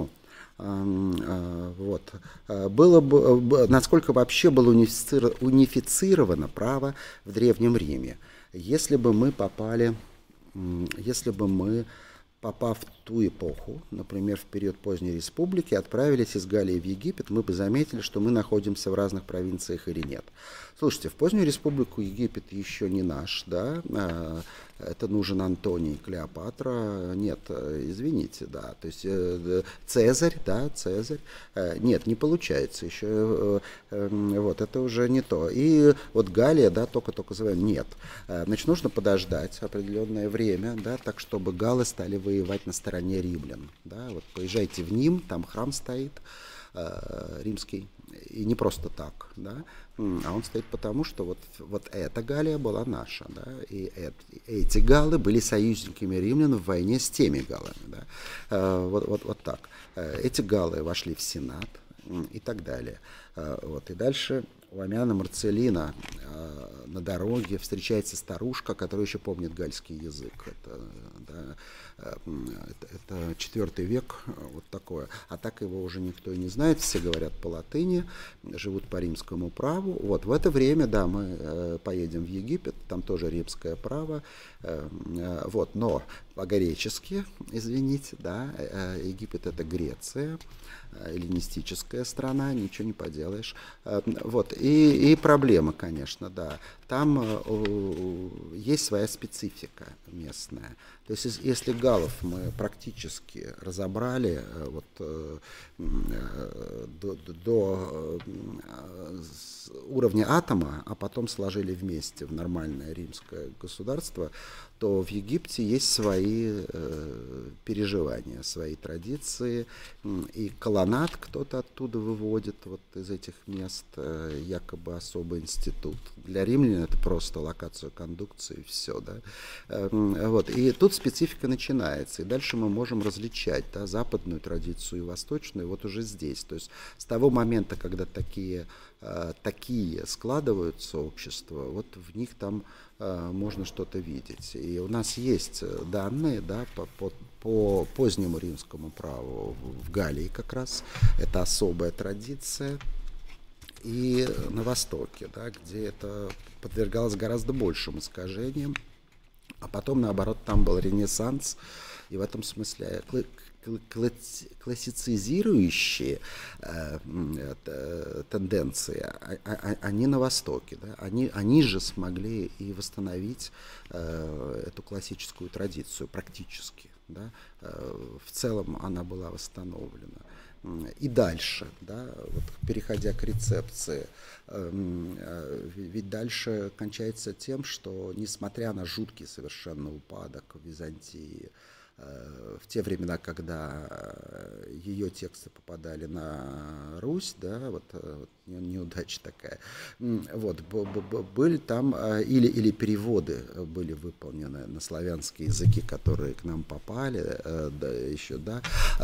Вот. Было бы, насколько вообще было унифицировано право в Древнем Риме. Если бы мы попали, если бы мы, попав в ту эпоху, например, в период поздней республики, отправились из Галлии в Египет, мы бы заметили, что мы находимся в разных провинциях или нет. Слушайте, в позднюю республику Египет еще не наш, да, это нужен Антоний, Клеопатра, нет, извините, да, то есть Цезарь, да, Цезарь, нет, не получается еще, вот, это уже не то. И вот Галлия, да, только-только завоевана, нет, значит, нужно подождать определенное время, да, так, чтобы галлы стали воевать на стороне римлян, да, вот поезжайте в Ним, там храм стоит, римский, и не просто так, да, а он стоит потому, что вот, вот эта Галлия была наша, да, и эти галлы были союзниками римлян в войне с теми галлами, да, вот, вот, вот так. Эти галлы вошли в Сенат и так далее. Вот, и дальше у Амиана Марцеллина на дороге встречается старушка, которая еще помнит гальский язык. Это, да, это, это четвертый век, вот такое. А так его уже никто и не знает, все говорят по латыни, живут по римскому праву. Вот в это время, да, мы поедем в Египет, там тоже римское право, вот, но по-гречески, извините, да, Египет — это Греция, эллинистическая страна, ничего не поделаешь. Вот, и, и проблема, конечно, да. Там э, есть своя специфика местная. То есть, если галлов мы практически разобрали э, вот, э, э, до, до э, уровня атома, а потом сложили вместе в нормальное римское государство, то в Египте есть свои э, переживания, свои традиции, и колоннад кто-то оттуда выводит, вот из этих мест, э, якобы особый институт. Для римлян это просто локацию кондукции, и все, да. Э, вот. И тут специфика начинается, и дальше мы можем различать, да, западную традицию и восточную вот уже здесь. То есть с того момента, когда такие, э, такие складываются общества, вот в них там можно что-то видеть. И у нас есть данные, да, по, по, по позднему римскому праву в Галлии как раз. Это особая традиция. И на Востоке, да, где это подвергалось гораздо большим искажениям. А потом, наоборот, там был Ренессанс. И в этом смысле классицизирующие э, э, тенденции, а, а, они на Востоке, да? они, они же смогли и восстановить э, эту классическую традицию практически. Да? Э, в целом она была восстановлена. И дальше, да, вот, переходя к рецепции, э, э, ведь дальше кончается тем, что, несмотря на жуткий совершенно упадок в Византии, в те времена, когда ее тексты попадали на Русь, да, вот, вот неудача такая, вот, были там, или, или переводы были выполнены на славянские языки, которые к нам попали, да, еще, да,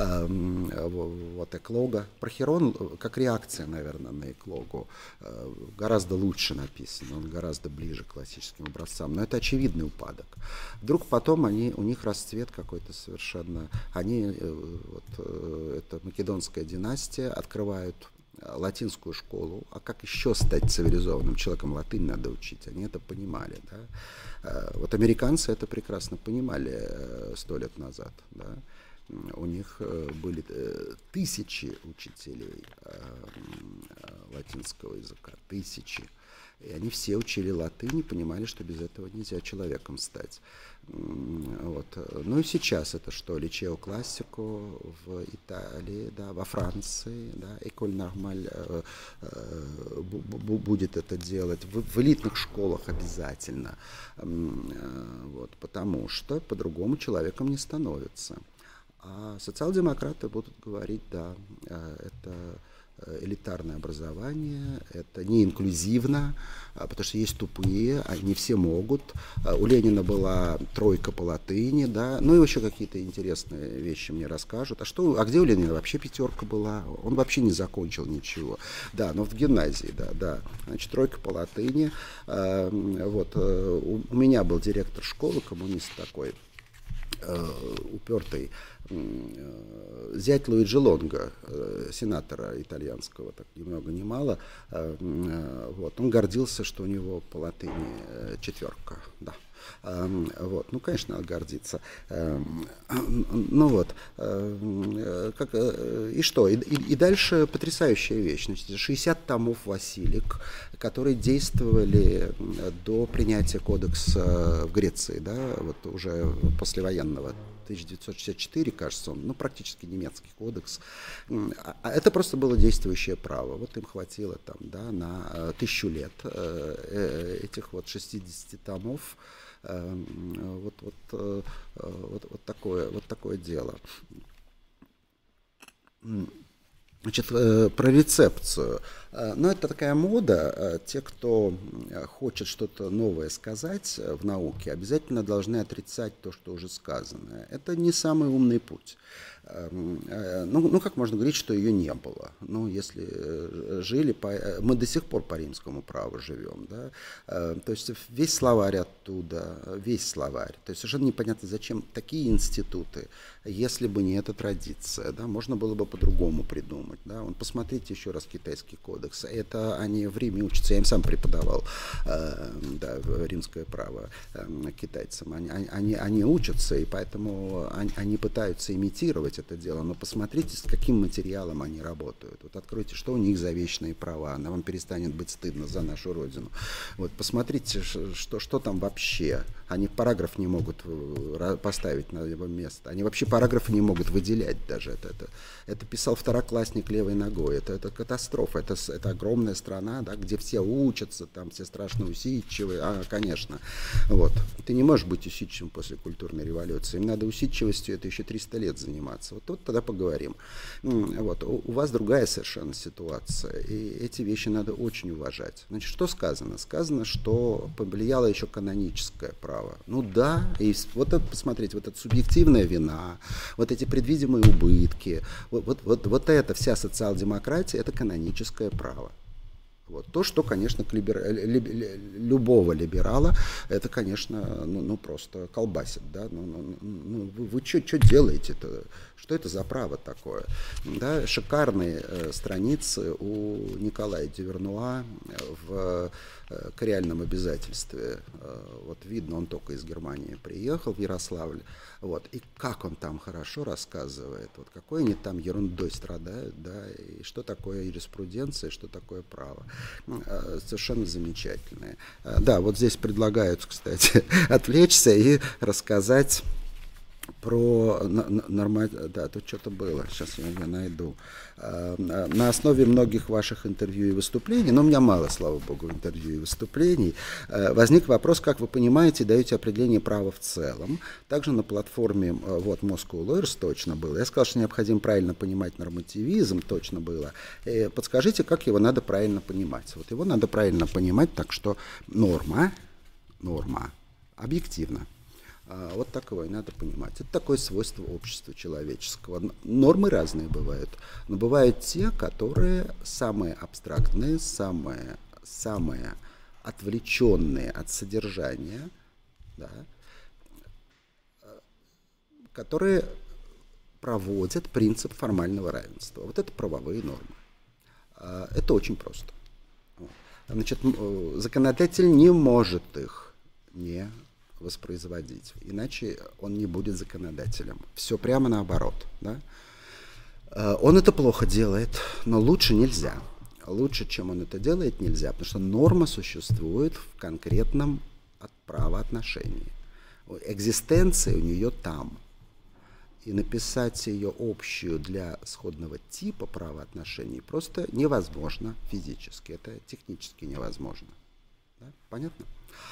вот Эклога. Прохирон, как реакция, наверное, на Эклогу, гораздо лучше написан, он гораздо ближе к классическим образцам, но это очевидный упадок. Вдруг потом они, у них расцвет какой-то совершенно, они, вот, это македонская династия, открывают латинскую школу, а как еще стать цивилизованным человеком? Латынь надо учить, они это понимали, да? Вот американцы это прекрасно понимали сто лет назад, да? У них были тысячи учителей латинского языка, тысячи. И они все учили латынь и понимали, что без этого нельзя человеком стать. Вот. Ну и сейчас это что? Личео классику в Италии, да, во Франции, да, Эколь Нормаль э, э, будет это делать. В, в элитных школах обязательно. Э, вот, потому что по-другому человеком не становится. А социал-демократы будут говорить, да, э, это элитарное образование, это не инклюзивно, потому что есть тупые, они все могут. У Ленина была тройка по латыни, да, ну и еще какие-то интересные вещи мне расскажут. А что, а где у Ленина вообще пятерка была? Он вообще не закончил ничего. Да, но в гимназии, да, да. Значит, тройка по латыни. Вот, у меня был директор школы, коммунист такой. упертый зять Луиджи Лонго, сенатора итальянского, так ни много ни мало, вот, он гордился, что у него по латыни четверка, да. Вот. Ну, конечно, надо гордиться. Ну вот. Как, и что? И, и дальше потрясающая вещь. Значит, шестьдесят томов Василик, которые действовали до принятия кодекса в Греции, да, вот уже послевоенного, тысяча девятьсот шестьдесят четыре, кажется, он, ну, практически немецкий кодекс. А это просто было действующее право. Вот им хватило там, да, на тысячу лет этих вот шестидесяти томов. Вот, вот, вот, вот, такое, вот такое дело. Значит, про рецепцию. Ну, это такая мода. Те, кто хочет что-то новое сказать в науке, обязательно должны отрицать то, что уже сказано. Это не самый умный путь. Ну, ну, как можно говорить, что ее не было? Ну, если жили, по, мы до сих пор по римскому праву живем, да? То есть весь словарь оттуда, весь словарь. То есть совершенно непонятно, зачем такие институты, если бы не эта традиция, да? Можно было бы по-другому придумать, да? Вон, посмотрите еще раз китайский кодекс. Это они в Риме учатся, я им сам преподавал, да, римское право китайцам. Они, они, они учатся, и поэтому они, они пытаются имитировать это дело, но посмотрите, с каким материалом они работают. Вот откройте, что у них за вечные права, она вам перестанет быть стыдно за нашу родину. Вот посмотрите, что, что там вообще. Они параграф не могут поставить на его место. Они вообще параграфы не могут выделять даже. Это, это, это писал второклассник левой ногой. Это, это катастрофа. Это, это огромная страна, да, где все учатся, там все страшно усидчивые. А, конечно. Вот. Ты не можешь быть усидчивым после культурной революции. Им надо усидчивостью это еще триста лет заниматься. Вот тут тогда поговорим. Вот. У, у вас другая совершенно ситуация. И эти вещи надо очень уважать. Значит, что сказано? Сказано, что повлияло еще каноническое право. Ну да, и вот это, посмотрите, вот эта субъективная вина, вот эти предвидимые убытки, вот, вот, вот, вот эта вся социал-демократия, это каноническое право. Вот. То, что, конечно, к либер... любого либерала, это, конечно, ну, ну просто колбасит. Да? Ну, ну, ну, вы вы что делаете-то? Что это за право такое? Да? Шикарные э, страницы у Николая Дювернуа в э, «Кориальном обязательстве». Э, вот видно, он только из Германии приехал в Ярославль. Вот. И как он там хорошо рассказывает, вот какой они там ерундой страдают, да, и что такое юриспруденция, что такое право. Совершенно замечательные. Да, вот здесь предлагают, кстати, отвлечься и рассказать про нормально, да, тут что-то было, сейчас я, я найду. На основе многих ваших интервью и выступлений, но у меня мало, слава богу, интервью и выступлений, возник вопрос, как вы понимаете, даете определение права в целом. Также на платформе, вот, Moscow Lawyers точно было. Я сказал, что необходимо правильно понимать нормативизм, точно было. И подскажите, как его надо правильно понимать. Вот его надо правильно понимать так, что норма, норма объективна. Вот такого и надо понимать. Это такое свойство общества человеческого. Нормы разные бывают, но бывают те, которые самые абстрактные, самые, самые отвлеченные от содержания, да, которые проводят принцип формального равенства. Вот это правовые нормы. Это очень просто. Значит, законодатель не может их не воспроизводить, иначе он не будет законодателем. Все прямо наоборот. Да? Он это плохо делает, но лучше нельзя. Лучше, чем он это делает, нельзя, потому что норма существует в конкретном правоотношении. Экзистенция у нее там. И написать ее общую для сходного типа правоотношений просто невозможно физически. Это технически невозможно. Да? Понятно?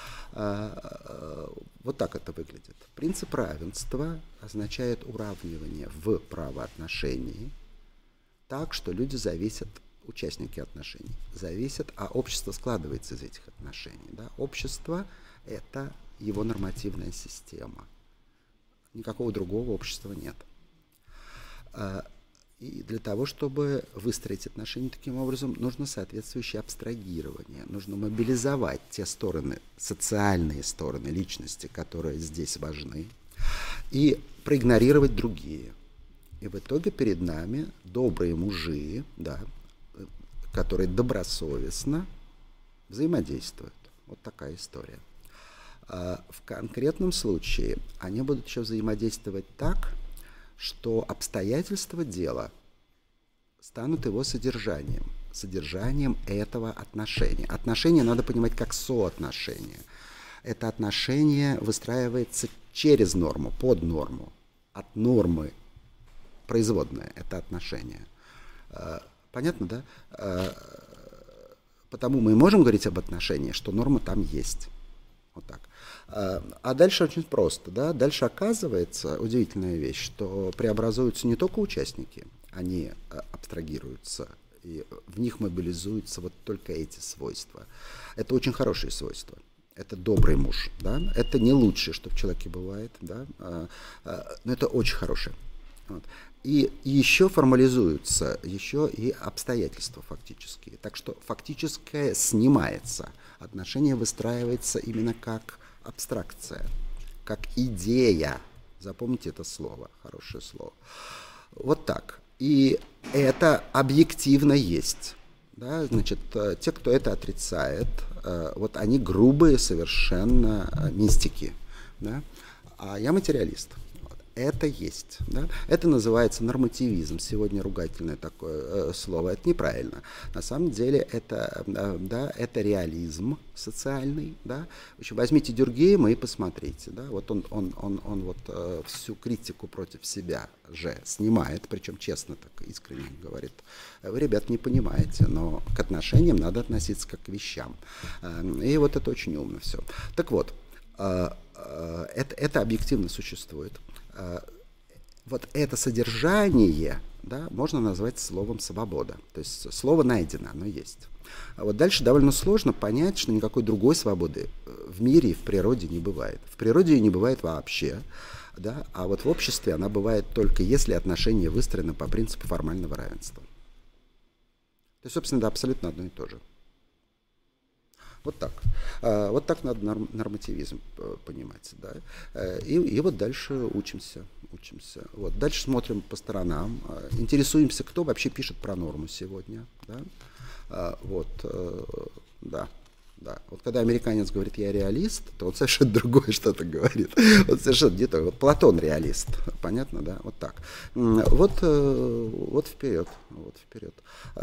Вот так это выглядит. Принцип равенства означает уравнивание в правоотношении так, что люди зависят, участники отношений, зависят, а общество складывается из этих отношений. Да? Общество – это его нормативная система. Никакого другого общества нет. И для того, чтобы выстроить отношения таким образом, нужно соответствующее абстрагирование. Нужно мобилизовать те стороны, социальные стороны личности, которые здесь важны, и проигнорировать другие. И в итоге перед нами добрые мужи, да, которые добросовестно взаимодействуют. Вот такая история. А в конкретном случае они будут еще взаимодействовать так, что обстоятельства дела станут его содержанием, содержанием этого отношения. Отношения надо понимать как соотношение. Это отношение выстраивается через норму, под норму. От нормы производное это отношение. Понятно, да? Потому мы и можем говорить об отношении, что норма там есть. Вот так. А дальше очень просто, да? Дальше оказывается удивительная вещь, что преобразуются не только участники, они абстрагируются, и в них мобилизуются вот только эти свойства. Это очень хорошие свойства. Это добрый муж, да? Это не лучшее, что в человеке бывает, да? Но это очень хорошее. Вот. И еще формализуются еще и обстоятельства фактические. Так что фактическое снимается. Отношение выстраивается именно как абстракция, как идея. Запомните это слово, хорошее слово. Вот так. И это объективно есть. Да? Значит, те, кто это отрицает, вот они грубые совершенно мистики. Да? А я материалист. Это есть. Да? Это называется нормативизм. Сегодня ругательное такое э, слово. Это неправильно. На самом деле это, э, да, это реализм социальный. Да? В общем, возьмите Дюргейма и посмотрите. Да? Вот он, он, он, он вот, э, всю критику против себя же снимает, причем честно так, искренне говорит. Вы, ребят, не понимаете, но к отношениям надо относиться как к вещам. Э, и вот это очень умно все. Так вот, э, э, это, это объективно существует. Вот это содержание, да, можно назвать словом «свобода». То есть слово найдено, оно есть. А вот дальше довольно сложно понять, что никакой другой свободы в мире и в природе не бывает. В природе ее не бывает вообще, да, а вот в обществе она бывает только если отношения выстроены по принципу формального равенства. То есть, собственно, это абсолютно одно и то же. Вот так. Вот так надо нормативизм понимать. Да? И, и вот дальше учимся. учимся. Вот. Дальше смотрим по сторонам, интересуемся, кто вообще пишет про норму сегодня. Да? Вот, да. Да. Вот когда американец говорит «я реалист», то он совершенно другое что-то говорит. Вот совершенно не то. Вот Платон реалист. Понятно, да? Вот так. Вот, вот вперед. Вот вперед.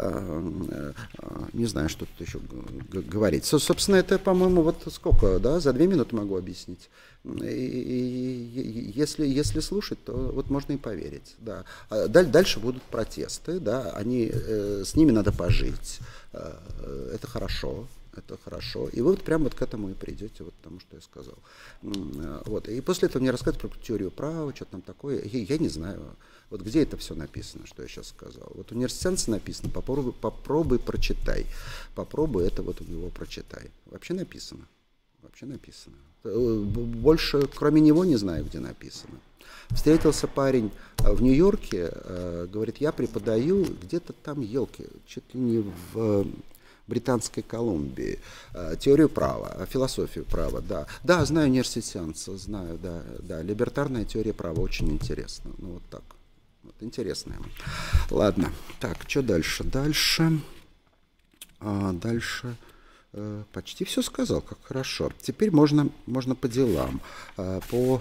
Не знаю, что тут еще говорить. Собственно, это, по-моему, вот сколько, да? За две минуты могу объяснить. И если, если слушать, то вот можно и поверить. Да. Дальше будут протесты, да? Они, с ними надо пожить. Это хорошо. Это хорошо. И вы вот прямо вот к этому и придете, вот тому, что я сказал. Вот. И после этого мне рассказывают про теорию права, что там такое. Я, я не знаю, вот где это все написано, что я сейчас сказал. Вот у Нерсенца написано, попробуй, попробуй прочитай. Попробуй это вот у него прочитай. Вообще написано. Вообще написано. Больше, кроме него, не знаю, где написано. Встретился парень в Нью-Йорке, говорит, я преподаю где-то там, елки, чуть ли не в Британской Колумбии, теорию права, философию права, да. Да, знаю Нерсенца, знаю, да, да. Либертарная теория права очень интересна. Ну, вот так. Вот, интересная. Ладно. Так, что дальше? Дальше. А, дальше. Э, почти все сказал, как хорошо. Теперь можно, можно по делам. А, по...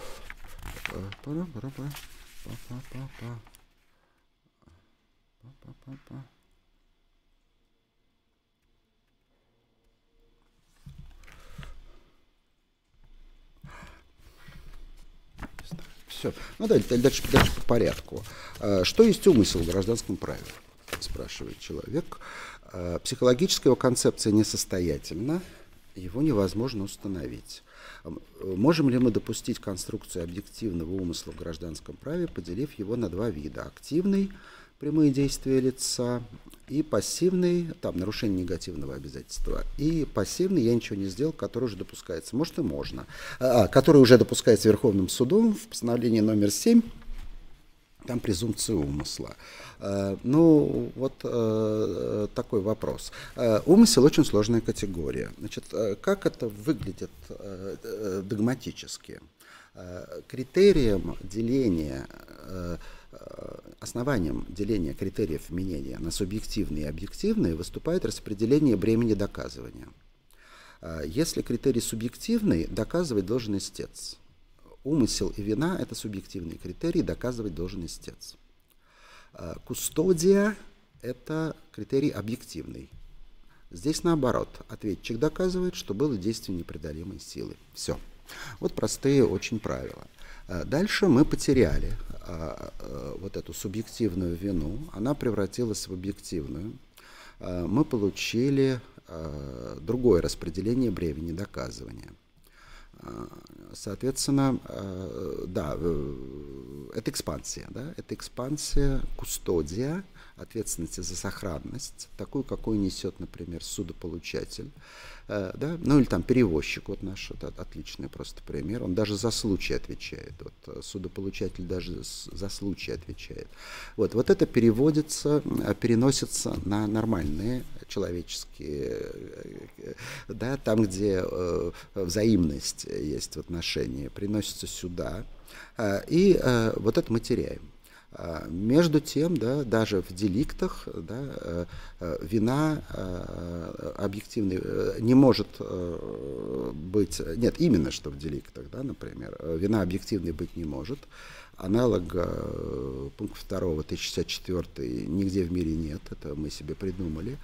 Все. Ну, дальше, дальше, дальше по порядку. Что есть умысел в гражданском праве? Спрашивает человек. Психологическая его концепция несостоятельна, его невозможно установить. Можем ли мы допустить конструкцию объективного умысла в гражданском праве, поделив его на два вида? Активный, прямые действия лица, и пассивный, там, нарушение негативного обязательства, и пассивный, я ничего не сделал, который уже допускается. Может и можно. А, который уже допускается Верховным судом в постановлении номер семь, там презумпция умысла. А, ну, вот а, такой вопрос. А, умысел очень сложная категория. Значит, как это выглядит а, догматически? Критерием деления, основанием деления критериев вменения на субъективные и объективные выступает распределение бремени доказывания. Если критерий субъективный, доказывать должен истец. Умысел и вина – это субъективные критерии, доказывать должен истец. Кустодия – это критерий объективный. Здесь наоборот. Ответчик доказывает, что было действие непреодолимой силы. Все. Вот простые очень правила. Дальше мы потеряли вот эту субъективную вину. Она превратилась в объективную. Мы получили другое распределение бремени доказывания. Соответственно, да, это экспансия, да, это экспансия кустодия, ответственности за сохранность, такую, какую несет, например, судополучатель, да, ну или там перевозчик, вот наш вот, отличный просто пример, он даже за случай отвечает, вот, судополучатель даже за случай отвечает. Вот, вот это переводится, переносится на нормальные человеческие, да, там, где э, взаимность есть в отношении, приносится сюда, э, и э, вот это мы теряем. Между тем, да, даже в деликтах, да, вина объективной не может быть, нет, именно что в деликтах, да, например, вина объективной быть не может. Аналога пункта второго тысяча шестьдесят четыре нигде в мире нет, это мы себе придумали.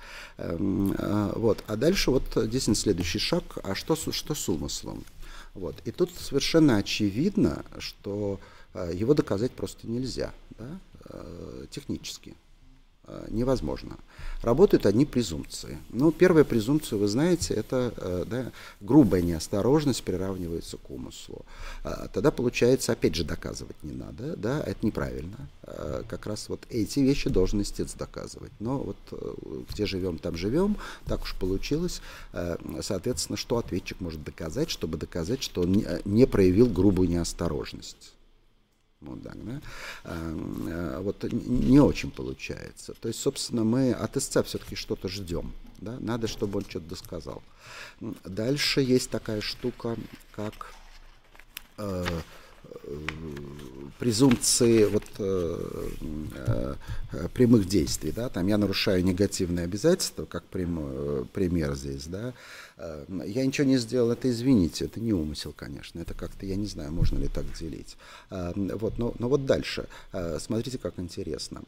Вот. А дальше вот здесь следующий шаг, а что, что с умыслом? Вот. И тут совершенно очевидно, что его доказать просто нельзя, да, технически. Невозможно. Работают одни презумпции. Ну, первая презумпция, вы знаете, это, да, грубая неосторожность приравнивается к умыслу. Тогда получается, опять же, доказывать не надо, да, это неправильно. Как раз вот эти вещи должен истец доказывать. Но вот где живем, там живем, так уж получилось. Соответственно, что ответчик может доказать, чтобы доказать, что он не проявил грубую неосторожность? Вот, так, да? а, вот не очень получается. То есть, собственно, мы от истца все-таки что-то ждем. Да? Надо, чтобы он что-то досказал. Дальше есть такая штука, как э, презумпции вот, э, э, прямых действий. Да? Там я нарушаю негативные обязательства, как прямой, пример здесь. Да? Я ничего не сделал, это извините, это не умысел, конечно, это как-то, я не знаю, можно ли так делить. Вот, но, но вот дальше, смотрите, как интересно.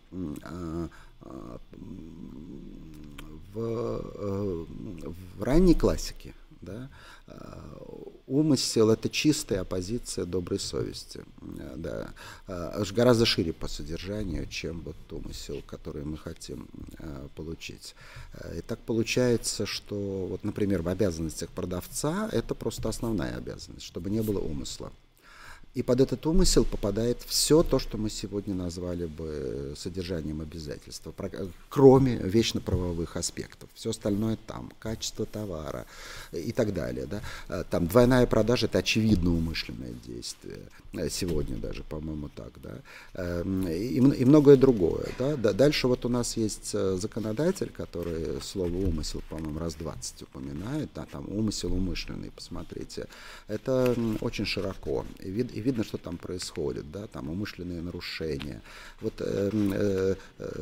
В, в ранней классике, да, умысел – это чистая оппозиция доброй совести, да, гораздо шире по содержанию, чем вот умысел, который мы хотим получить. И так получается, что, вот, например, в обязанностях продавца это просто основная обязанность, чтобы не было умысла. И под этот умысел попадает все то, что мы сегодня назвали бы содержанием обязательства, кроме вечно-правовых аспектов. Все остальное там, качество товара и так далее. Да? Там двойная продажа – это очевидно умышленное действие. Сегодня даже, по-моему, так. Да? И, и многое другое. Да? Дальше вот у нас есть законодатель, который слово «умысел», по-моему, раз двадцать упоминает. Да? Там умысел умышленный, посмотрите. Это очень широко. И вид, и видно, что там происходит, да, там умышленные нарушения, вот, э, э,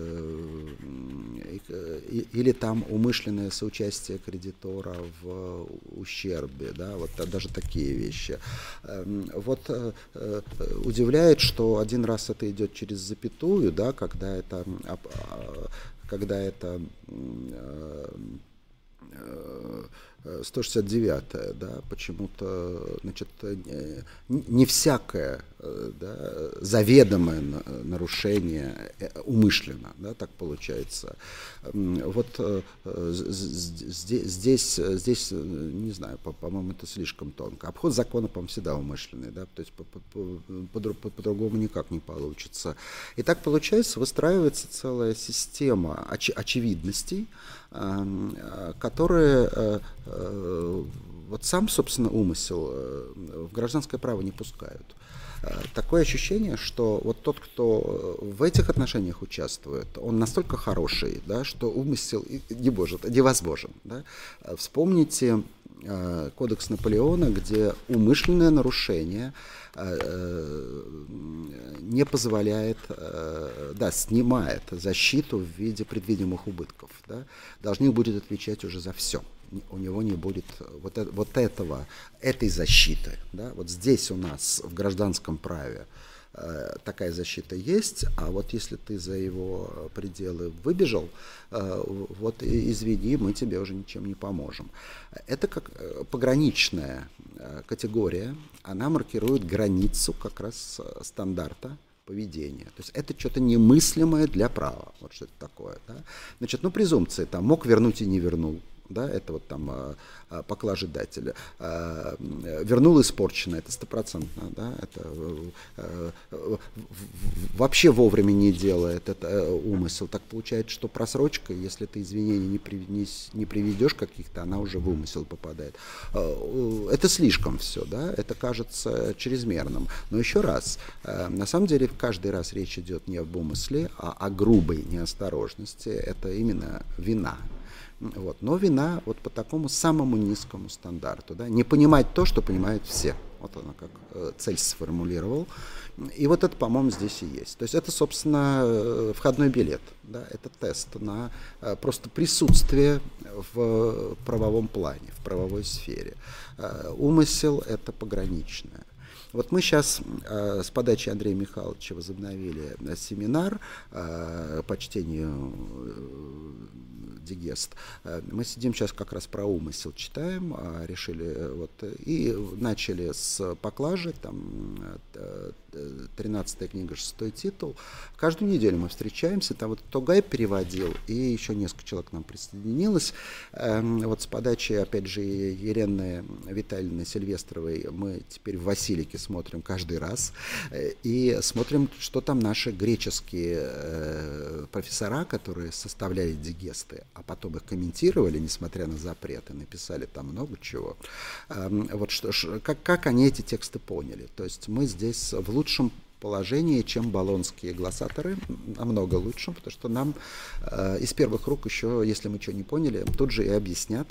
э, или там умышленное соучастие кредитора в ущербе, да, вот даже такие вещи. Вот э, удивляет, что один раз это идет через запятую, да, когда это, когда это сто шестьдесят девятая, да, почему-то, значит, не всякое, да, заведомое нарушение умышленно, да, так получается. Вот здесь, здесь, здесь не знаю, по-моему, это слишком тонко. Обход закона, по-моему, всегда умышленный, да, то есть по-другому никак не получится. И так получается, выстраивается целая система оч- очевидностей, которые вот сам, собственно, умысел в гражданское право не пускают. Такое ощущение, что вот тот, кто в этих отношениях участвует, он настолько хороший, да, что умысел не может, невозможен. Да. Вспомните кодекс Наполеона, где умышленное нарушение не позволяет, да, снимает защиту в виде предвидимых убытков. Да. Должник будет отвечать уже за все. У него не будет вот, вот этого, этой защиты. Да. Вот здесь у нас в гражданском праве такая защита есть, а вот если ты за его пределы выбежал, вот извини, мы тебе уже ничем не поможем. Это как пограничная категория, она маркирует границу как раз стандарта поведения. То есть это что-то немыслимое для права. Вот что это такое. Да? Значит, ну презумпции, там мог вернуть и не вернул. Да, это вот там а, а, поклажедателя. А, вернул испорченное, это стопроцентно, да, это а, а, вообще вовремя не делает, это а, умысел. Так получается, что просрочка, если ты извинений не, при, не, не приведешь каких-то, она уже в умысел попадает. А, это слишком все, да, это кажется чрезмерным. Но еще раз, а, на самом деле каждый раз речь идет не об умысле, а о грубой неосторожности. Это именно вина. Вот. Но вина вот по такому самому низкому стандарту. Да? Не понимать то, что понимают все. Вот она как э, цель сформулировал. И вот это, по-моему, здесь и есть. То есть это, собственно, э, входной билет. Да? Это тест на э, просто присутствие в правовом плане, в правовой сфере. Э, умысел – это пограничное. Вот мы сейчас э, с подачи Андрея Михайловича возобновили э, семинар э, по чтению э, Дигест. Э, мы сидим сейчас как раз про умысел читаем, э, решили вот, и начали с поклажи, там э, тринадцатая книга, шестой титул. Каждую неделю мы встречаемся, там вот Тогай переводил, и еще несколько человек к нам присоединилось. Э, вот с подачи, опять же, Елены Витальевны Сильвестровой мы теперь в Василике смотрим каждый раз и смотрим, что там наши греческие э, профессора, которые составляли дигесты, а потом их комментировали, несмотря на запреты, написали там много чего. Э, вот что, как, как они эти тексты поняли. То есть мы здесь в лучшем положении, чем болонские глоссаторы, намного лучшем, потому что нам э, из первых рук еще, если мы что не поняли, тут же и объяснят.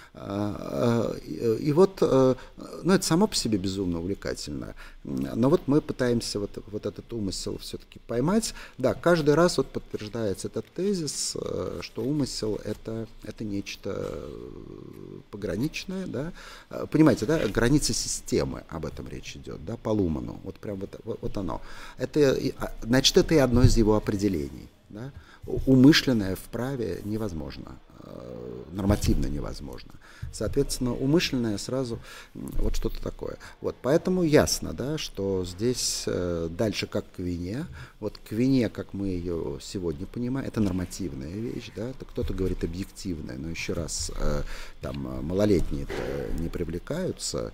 И вот, ну, это само по себе безумно увлекательно, но вот мы пытаемся вот, вот этот умысел все-таки поймать. Да, каждый раз вот подтверждается этот тезис, что умысел это, это нечто пограничное, да, понимаете, да, граница системы, об этом речь идет, да, по Луману, вот прям вот, вот оно. Это, значит, это и одно из его определений, да. Умышленное в праве невозможно, нормативно невозможно. Соответственно, умышленное сразу вот что-то такое. Вот, поэтому ясно, да, что здесь дальше как к вине. Вот к вине, как мы ее сегодня понимаем, это нормативная вещь, да, это кто-то говорит объективная, но еще раз, там малолетние не привлекаются,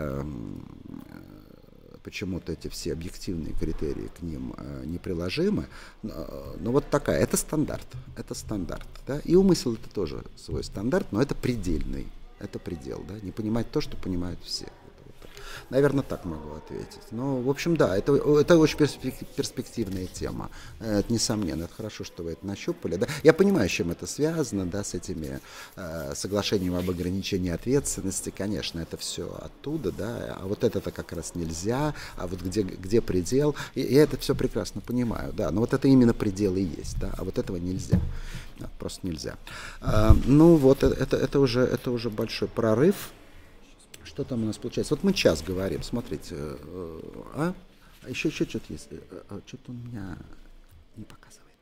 почему-то эти все объективные критерии к ним э, неприложимы, но, но вот такая, это стандарт, это стандарт, да, и умысел это тоже свой стандарт, но это предельный, это предел, да, не понимать то, что понимают все. Наверное, так могу ответить. Но, в общем, да, это, это очень перспективная тема. Это несомненно. Это хорошо, что вы это нащупали. Да? Я понимаю, с чем это связано, да, с этими э, соглашениями об ограничении ответственности. Конечно, это все оттуда, да. А вот это-то как раз нельзя. А вот где, где предел? И, я это все прекрасно понимаю, да. Но вот это именно предел и есть, да. А вот этого нельзя. Да, просто нельзя. А, ну вот, это, это, уже, это уже большой прорыв. Что там у нас получается? Вот мы час говорим, смотрите, а, а еще, еще что-то есть, что-то у меня не показывает.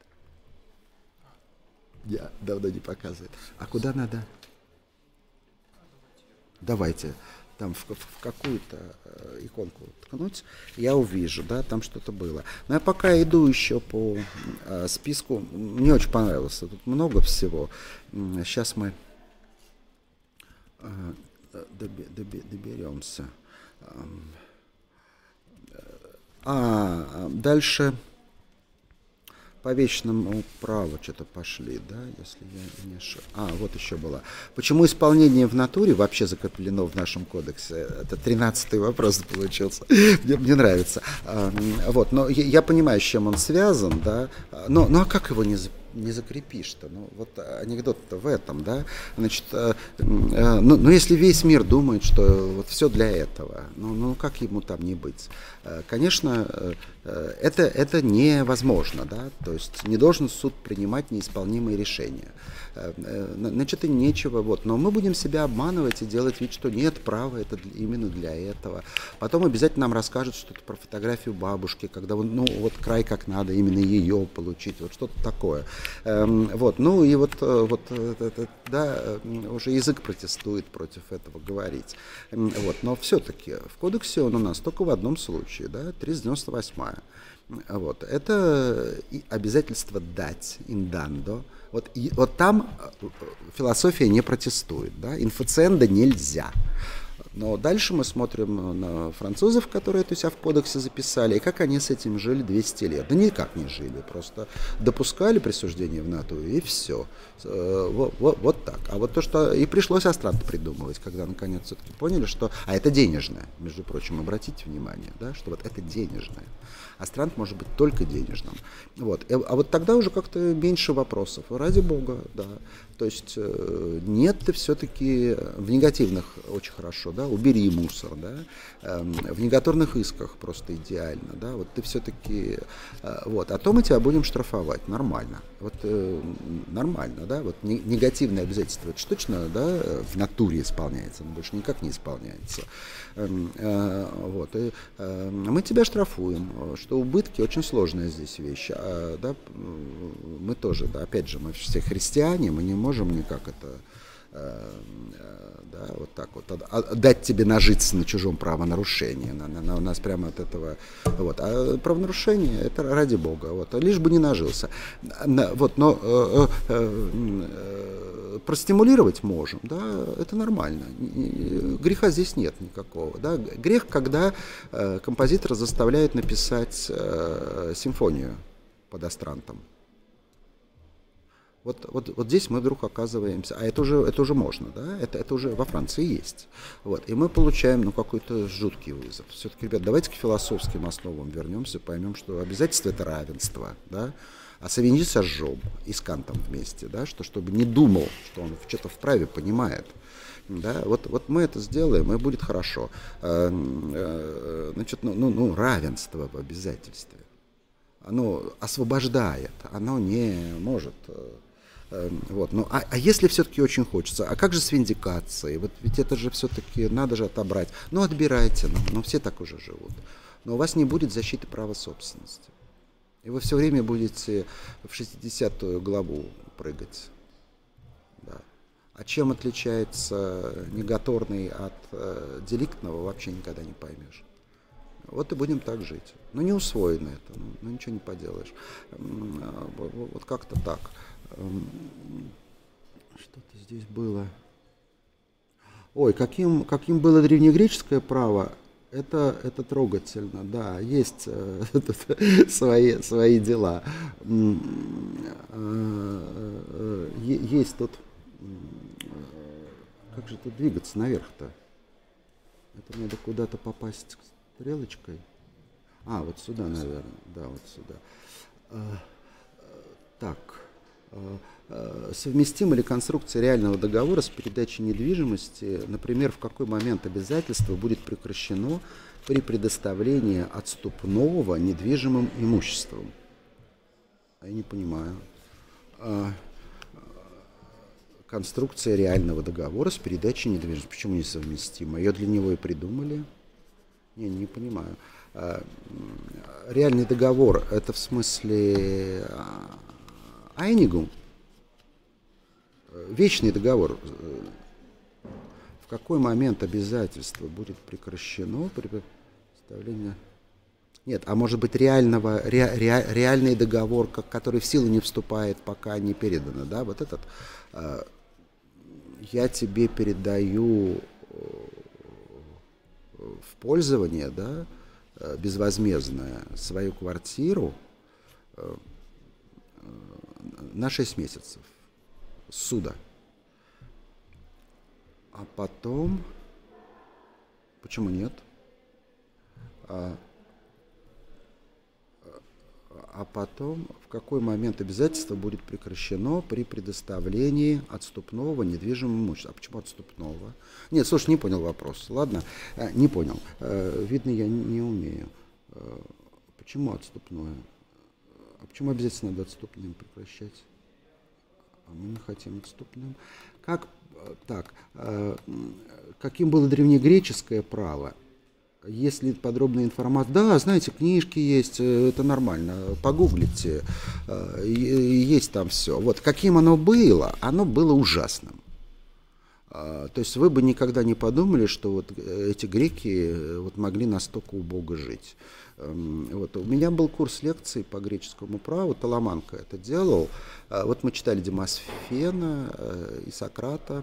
Я давно не показывает. А куда надо? Давайте, там в, в какую-то иконку ткнуть, я увижу, да, там что-то было. Но я пока иду еще по а, списку, мне очень понравилось, тут много всего. Сейчас мы... А, доберемся. А дальше по вечному праву что-то пошли, да, если я не ошибаюсь. А, вот еще было. Почему исполнение в натуре вообще закреплено в нашем кодексе? Это тринадцатый вопрос получился. Мне, мне нравится. А, вот, но я, я понимаю, с чем он связан, да. Но, ну а как его не не закрепишь-то. Ну, вот анекдот-то в этом, да. Значит, э, э, ну, ну, если весь мир думает, что вот все для этого, ну, ну как ему там не быть? Э, конечно, э, это, это невозможно, да. То есть не должен суд принимать неисполнимые решения. Э, э, значит, и нечего, вот. Но мы будем себя обманывать и делать вид, что нет права, это именно для этого. Потом обязательно нам расскажут что-то про фотографию бабушки, когда ну вот край как надо, именно ее получить, вот что-то такое. Эм, вот, ну и вот, вот это, да, уже язык протестует против этого говорить. Вот, но все-таки в кодексе он у нас только в одном случае, да, триста девяносто восьмая. Вот, это обязательство дать, индандо. Вот, и, вот там философия не протестует, да, инфациенда нельзя. Но дальше мы смотрим на французов, которые это у себя в кодексе записали, и как они с этим жили двести лет. Да никак не жили, просто допускали присуждение в натуру, и все. Вот, вот, вот так. А вот то, что и пришлось астрант придумывать, когда наконец все-таки поняли, что... А это денежное, между прочим, обратите внимание, да, что вот это денежное. Астрант может быть только денежным. Вот. А вот тогда уже как-то меньше вопросов. Ради бога, да. То есть нет, ты все-таки в негативных очень хорошо, да, убери мусор, да, в негаторных исках просто идеально, да, вот ты все-таки, вот, а то мы тебя будем штрафовать, нормально, вот нормально, да, вот негативное обязательство, это ж точно, да, в натуре исполняется, но больше никак не исполняется, вот, и мы тебя штрафуем, что убытки очень сложная здесь вещь, да, мы тоже, да, опять же, мы все христиане, мы не можем можем никак это, э, э, да, вот так вот, дать тебе нажиться на чужом правонарушении. На, на, на, у нас прямо от этого, вот. А правонарушение, это ради бога, вот, лишь бы не нажился. Вот, но э, э, э, простимулировать можем, да, это нормально. Греха здесь нет никакого. Да. Грех, когда э, композитора заставляет написать э, симфонию под астрантом. Вот, вот, вот здесь мы вдруг оказываемся, а это уже, это уже можно, да, это, это уже во Франции есть. Вот, и мы получаем ну, какой-то жуткий вызов. Все-таки, ребят, давайте к философским основам вернемся, поймем, что обязательство это равенство, да, а Савиньи сожжем и с Кантом вместе, да, что, чтобы не думал, что он что-то вправе понимает. Да, вот, вот мы это сделаем, и будет хорошо. Значит, ну, ну, ну равенство в обязательстве. Оно освобождает, оно не может... Вот. Ну, а, а если все-таки очень хочется, а как же с виндикацией? Вот ведь это же все-таки надо же отобрать. Ну, отбирайте, ну, ну все так уже живут. Но у вас не будет защиты права собственности. И вы все время будете в шестидесятую главу прыгать. Да. А чем отличается негаторный от э, деликтного, вообще никогда не поймешь. Вот и будем так жить. Ну, не усвоено это, ну, ну ничего не поделаешь. Вот как-то так. Что-то здесь было. Ой, каким, каким было древнегреческое право, это, это трогательно, да, есть э, свои, свои дела. Есть тут... Как же тут двигаться наверх-то? Это надо куда-то попасть стрелочкой. А, вот сюда, наверное. Да, вот сюда. Так. Совместима ли конструкция реального договора с передачей недвижимости, например, в какой момент обязательство будет прекращено при предоставлении отступного недвижимым имуществом? Я не понимаю. Конструкция реального договора с передачей недвижимости. Почему несовместима? Ее для него и придумали? Не, не понимаю. Реальный договор, это в смысле... Айнигум, вечный договор, в какой момент обязательство будет прекращено при представлении... Нет, а может быть реального, ре, ре, реальный договор, который в силу не вступает, пока не передано, да, вот этот, я тебе передаю в пользование, да, безвозмездное свою квартиру, на шесть месяцев суда. А потом... Почему нет? А, а потом в какой момент обязательство будет прекращено при предоставлении отступного недвижимого имущества. А почему отступного? Нет, слушай, не понял вопрос. Ладно, не понял. Видно, я не умею. Почему отступное? А почему обязательно надо отступным прекращать? А мы не хотим отступным. Как так? Каким было древнегреческое право? Если подробная информация... Да, знаете, книжки есть, это нормально, погуглите, есть там все. Вот каким оно было? Оно было ужасным. То есть вы бы никогда не подумали, что вот эти греки вот могли настолько убого жить. Вот. У меня был курс лекций по греческому праву, Таламанка это делал. Вот мы читали Демосфена и Сократа,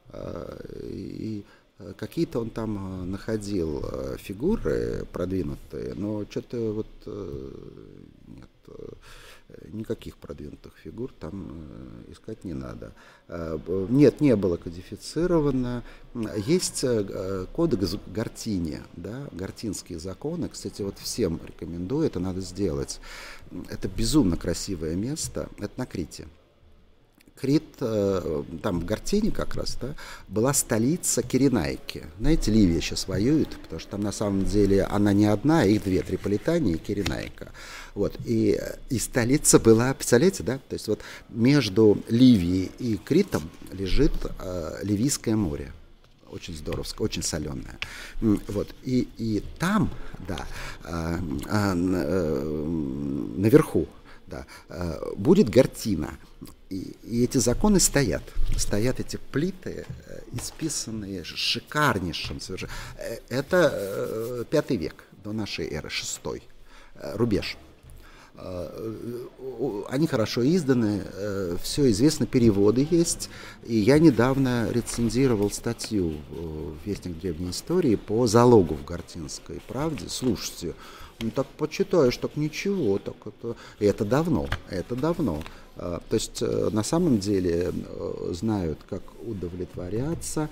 и какие-то он там находил фигуры продвинутые, но что-то вот нет, никаких продвинутых фигур там искать не надо. Нет, не было кодифицировано. Есть кодекс Гартини, да, гартинские законы. Кстати, вот всем рекомендую, это надо сделать. Это безумно красивое место, это на Крите. Крит, там в Гартине как раз, да, была столица Киренайки. Знаете, Ливия сейчас воюет, потому что там на самом деле она не одна, их две, Триполитания и Киренайка. Вот, и, и столица была, представляете, да, то есть вот между Ливией и Критом лежит э, Ливийское море. Очень здоровское, очень соленое. Вот, и, и там, да, э, э, э, наверху, да, э, будет Гартина. И, и эти законы стоят. Стоят эти плиты, э, исписанные шикарнейшим совершенно. Это э, пятый век до нашей эры, шестой э, рубеж. Э, они хорошо изданы, э, все известно, переводы есть. И я недавно рецензировал статью в «Вестник древней истории» по залогу в Гартинской правде. Слушайте, ну так почитаешь, так ничего, так это, и это давно, это давно. То есть на самом деле знают, как удовлетворяться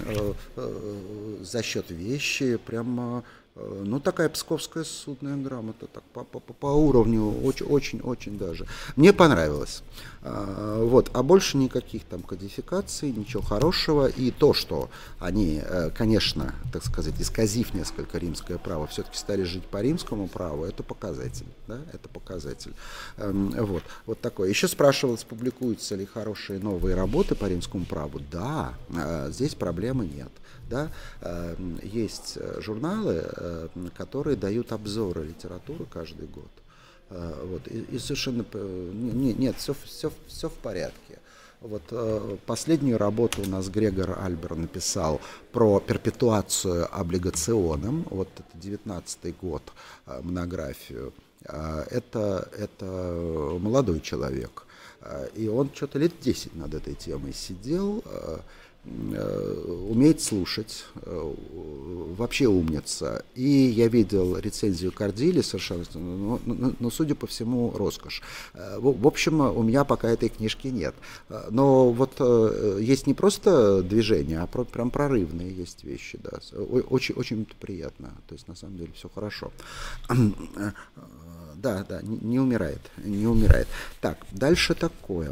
за счет вещи, прямо, ну, такая псковская судная грамота, так по, по, по уровню, очень-очень даже. Мне понравилось. Вот, а больше никаких там кодификаций, ничего хорошего. И то, что они, конечно, так сказать, исказив несколько римское право, все-таки стали жить по римскому праву, это показатель, да, это показатель. Вот, вот такое. Еще спрашивалось, публикуются ли хорошие новые работы по римскому праву. Да, здесь проблемы нет. Да, есть журналы, которые дают обзоры литературы каждый год. Вот, и, и совершенно не, нет, все, все, все в порядке. Вот, последнюю работу у нас Грегор Альбер написал про перпетуацию облигационом. Вот это девятнадцатый год, монографию. Это, это молодой человек. И он что-то лет десять над этой темой сидел. Умеет слушать, вообще умница. И я видел рецензию Кардили совершенно, но, но, но судя по всему, роскошь. В, в общем, у меня пока этой книжки нет. Но вот есть не просто движение, а про, прям прорывные есть вещи. Да. Очень, очень приятно. То есть, на самом деле, все хорошо. Да, да, не, не умирает, не умирает. Так, дальше такое.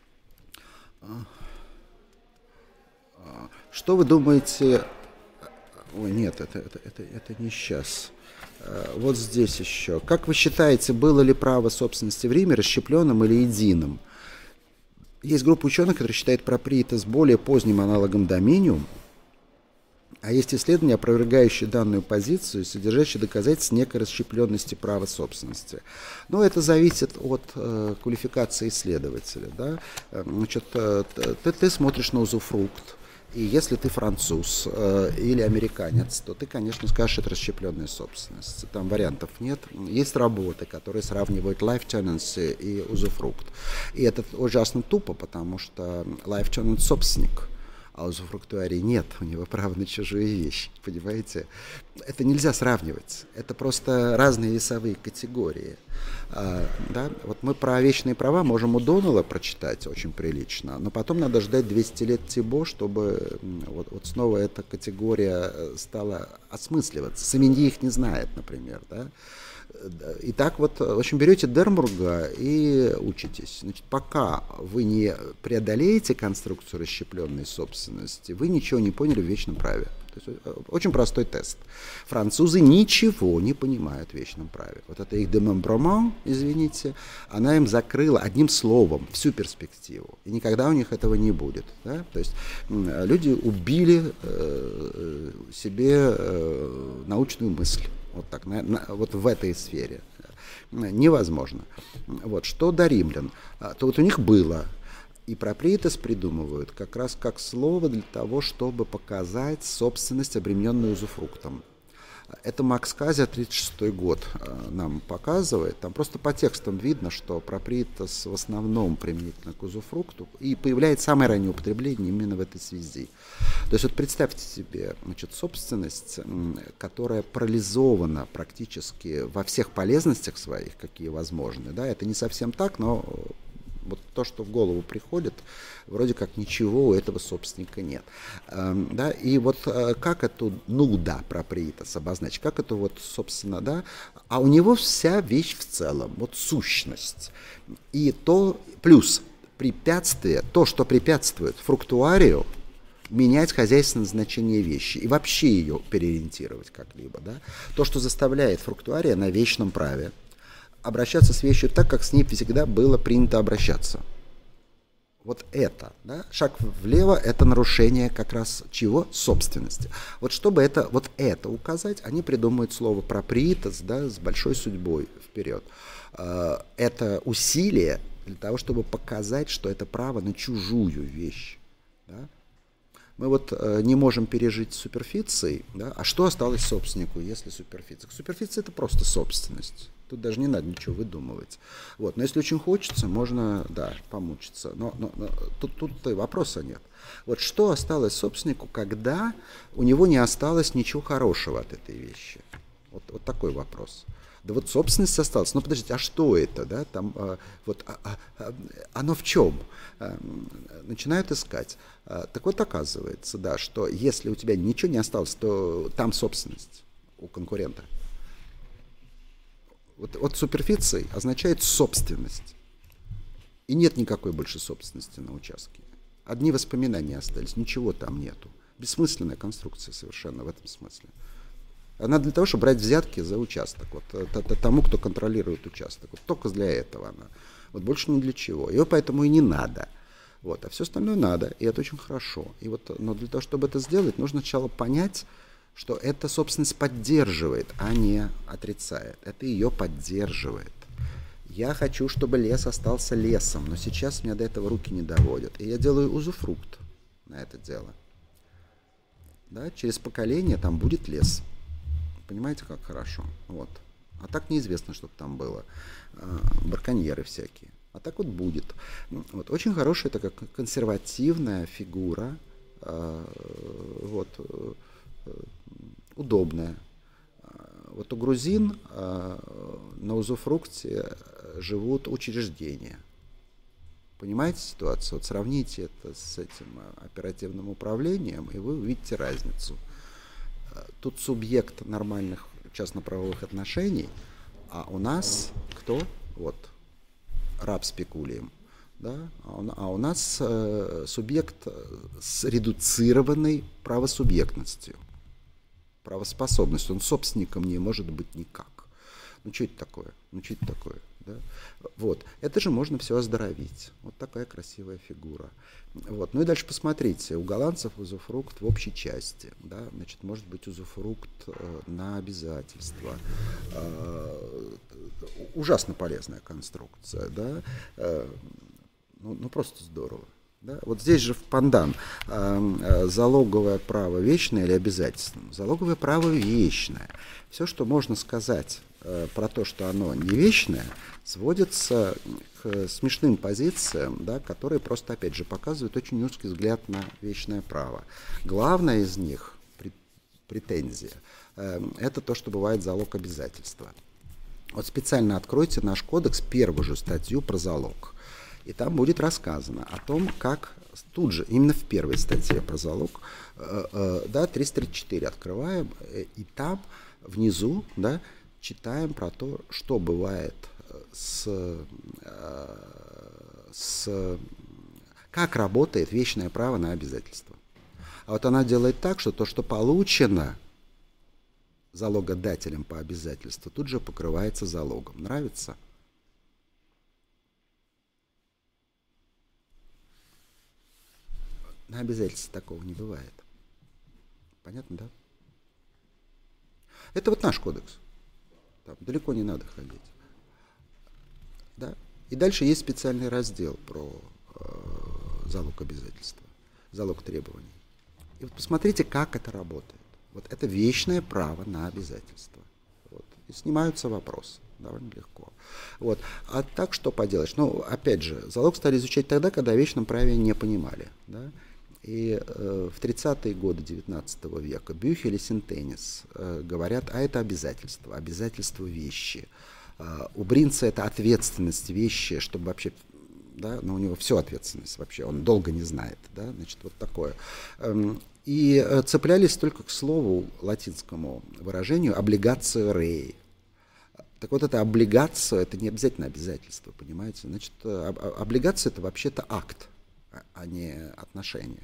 Что вы думаете... Ой, нет, это, это, это, это не сейчас. Вот здесь еще. Как вы считаете, было ли право собственности в Риме расщепленным или единым? Есть группа ученых, которые считают проприетас более поздним аналогом доминиум, а есть исследования, опровергающие данную позицию, содержащие доказательства некой расщепленности права собственности. Но это зависит от э, квалификации исследователя. Да? Значит, э, ты, ты смотришь на узуфрукт, и если ты француз э, или американец, то ты, конечно, скажешь, это расщепленная собственность. Там вариантов нет. Есть работы, которые сравнивают life tenancy и узуфрукт. И это ужасно тупо, потому что life tenant собственник, а узуфруктуарий нет, у него право на чужую вещь, понимаете? Это нельзя сравнивать, это просто разные весовые категории. А, да? Вот мы про вечные права можем у Доннелла прочитать очень прилично, но потом надо ждать двести лет Тибо, чтобы вот, вот снова эта категория стала осмысливаться. Соминьи их не знает, например, да? Итак, вот, в общем, берете Дернбурга и учитесь. Значит, пока вы не преодолеете конструкцию расщепленной собственности, вы ничего не поняли в вечном праве. То есть, очень простой тест. Французы ничего не понимают в вечном праве. Вот это их демемброман, извините, она им закрыла одним словом всю перспективу. И никогда у них этого не будет. Да? То есть люди убили э, себе э, научную мысль. Вот так, на, на, вот в этой сфере. Невозможно. Вот, что до римлян, то вот у них было. И проприетес придумывают как раз как слово для того, чтобы показать собственность, обремененную узуфруктом. Это Макс Казя, тридцать шестой год, нам показывает. Там просто по текстам видно, что проприетес в основном применительно к узуфрукту, и появляется самое раннее употребление именно в этой связи. То есть вот представьте себе, значит, собственность, которая парализована практически во всех полезностях своих, какие возможны. Да? Это не совсем так, но вот то, что в голову приходит, вроде как ничего у этого собственника нет. Эм, да, и вот э, как эту нуда проприетес обозначить, как это вот, собственно, да, а у него вся вещь в целом, вот сущность. И то, плюс препятствие, то, что препятствует фруктуарию, менять хозяйственное значение вещи и вообще ее переориентировать как-либо. Да? То, что заставляет фруктуария на вечном праве обращаться с вещью так, как с ней всегда было принято обращаться. Вот это, да? Шаг влево – это нарушение как раз чего? Собственности. Вот чтобы это, вот это указать, они придумывают слово проприетес, да, с большой судьбой вперед. Это усилие для того, чтобы показать, что это право на чужую вещь. Да? Мы вот э, не можем пережить суперфицией, да? А что осталось собственнику, если суперфиция? Суперфиция – это просто собственность. Тут даже не надо ничего выдумывать. Вот. Но если очень хочется, можно, да, помучиться. Но, но, но тут, тут вопроса нет. Вот что осталось собственнику, когда у него не осталось ничего хорошего от этой вещи? Вот, вот такой вопрос. Да вот собственность осталась. Ну подождите, а что это? Да? Там, а, вот, а, а, оно в чем? А, начинают искать. А, так вот оказывается, да, что если у тебя ничего не осталось, то там собственность у конкурента. Вот, вот суперфицией означает собственность. И нет никакой больше собственности на участке. Одни воспоминания остались, ничего там нету. Бессмысленная конструкция совершенно в этом смысле. Она для того, чтобы брать взятки за участок. Вот, это тому, кто контролирует участок. Вот только для этого она. Вот больше ни для чего. Ее поэтому и не надо. Вот, а все остальное надо, и это очень хорошо. И вот, но для того, чтобы это сделать, нужно сначала понять, что эта собственность поддерживает, а не отрицает. Это ее поддерживает. Я хочу, чтобы лес остался лесом, но сейчас меня до этого руки не доводят. И я делаю узуфрукт на это дело. Да? Через поколение там будет лес. Понимаете, как хорошо? Вот. А так неизвестно, что там было. Браконьеры всякие. А так вот будет. Вот. Очень хорошая такая консервативная фигура. Вот. Удобная. Вот у грузин на узуфрукте живут учреждения. Понимаете ситуацию? Вот сравните это с этим оперативным управлением, и вы увидите разницу. Тут субъект нормальных частно-правовых отношений, а у нас кто? Вот, раб спекулием. Да? А у нас субъект с редуцированной правосубъектностью. Правоспособность, он собственником не может быть никак. Ну, что это такое? Ну, что это такое? Да? Вот. Это же можно все оздоровить. Вот такая красивая фигура. Вот. Ну и дальше посмотрите. У голландцев узуфрукт в общей части. Да? Значит, может быть узуфрукт э, на обязательства. Э, ужасно полезная конструкция. Да? Э, ну, ну, просто здорово. Да? Вот здесь же в пандан э, э, залоговое право вечное или обязательное? Залоговое право вечное. Все, что можно сказать э, про то, что оно не вечное, сводится к смешным позициям, да, которые просто, опять же, показывают очень узкий взгляд на вечное право. Главное из них, претензия, э, это то, что бывает залог обязательства. Вот специально откройте наш кодекс, первую же статью про залог. И там будет рассказано о том, как тут же, именно в первой статье про залог, э, э, да, триста тридцать четыре открываем, э, и там внизу, да, читаем про то, что бывает с, с... как работает вечное право на обязательство. А вот она делает так, что то, что получено залогодателем по обязательству, тут же покрывается залогом. Нравится? На обязательстве такого не бывает. Понятно, да? Это вот наш кодекс. Там далеко не надо ходить. Да? И дальше есть специальный раздел про э, залог обязательства, залог требований. И вот посмотрите, как это работает. Вот это вечное право на обязательство. Вот. И снимаются вопросы. Довольно легко. Вот. А так что поделаешь? Ну, опять же, залог стали изучать тогда, когда о вечном праве не понимали. Да? И э, в тридцатые годы девятнадцатого века Бюхель и Синтенис э, говорят, а это обязательство, обязательство вещи. Э, у Бринца это ответственность вещи, чтобы вообще, да, но у него все ответственность вообще, он долго не знает, да, значит, вот такое. Эм, и э, цеплялись только к слову, латинскому выражению, облигацио рей. Так вот, эта облигация, это не обязательно обязательство, понимаете? Значит, облигация это вообще-то акт, а не отношение.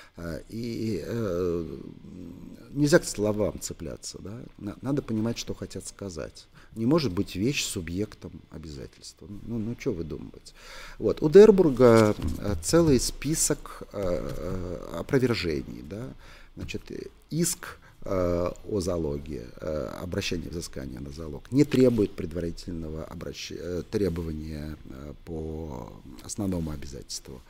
И э, нельзя к словам цепляться, да? Надо понимать, что хотят сказать. Не может быть вещь субъектом обязательства. Ну, ну что вы думаете? Вот. У Дербурга целый список э, опровержений. Да? Значит, иск э, о залоге, э, обращение взыскания на залог не требует предварительного обращ... требования э, по основному обязательству.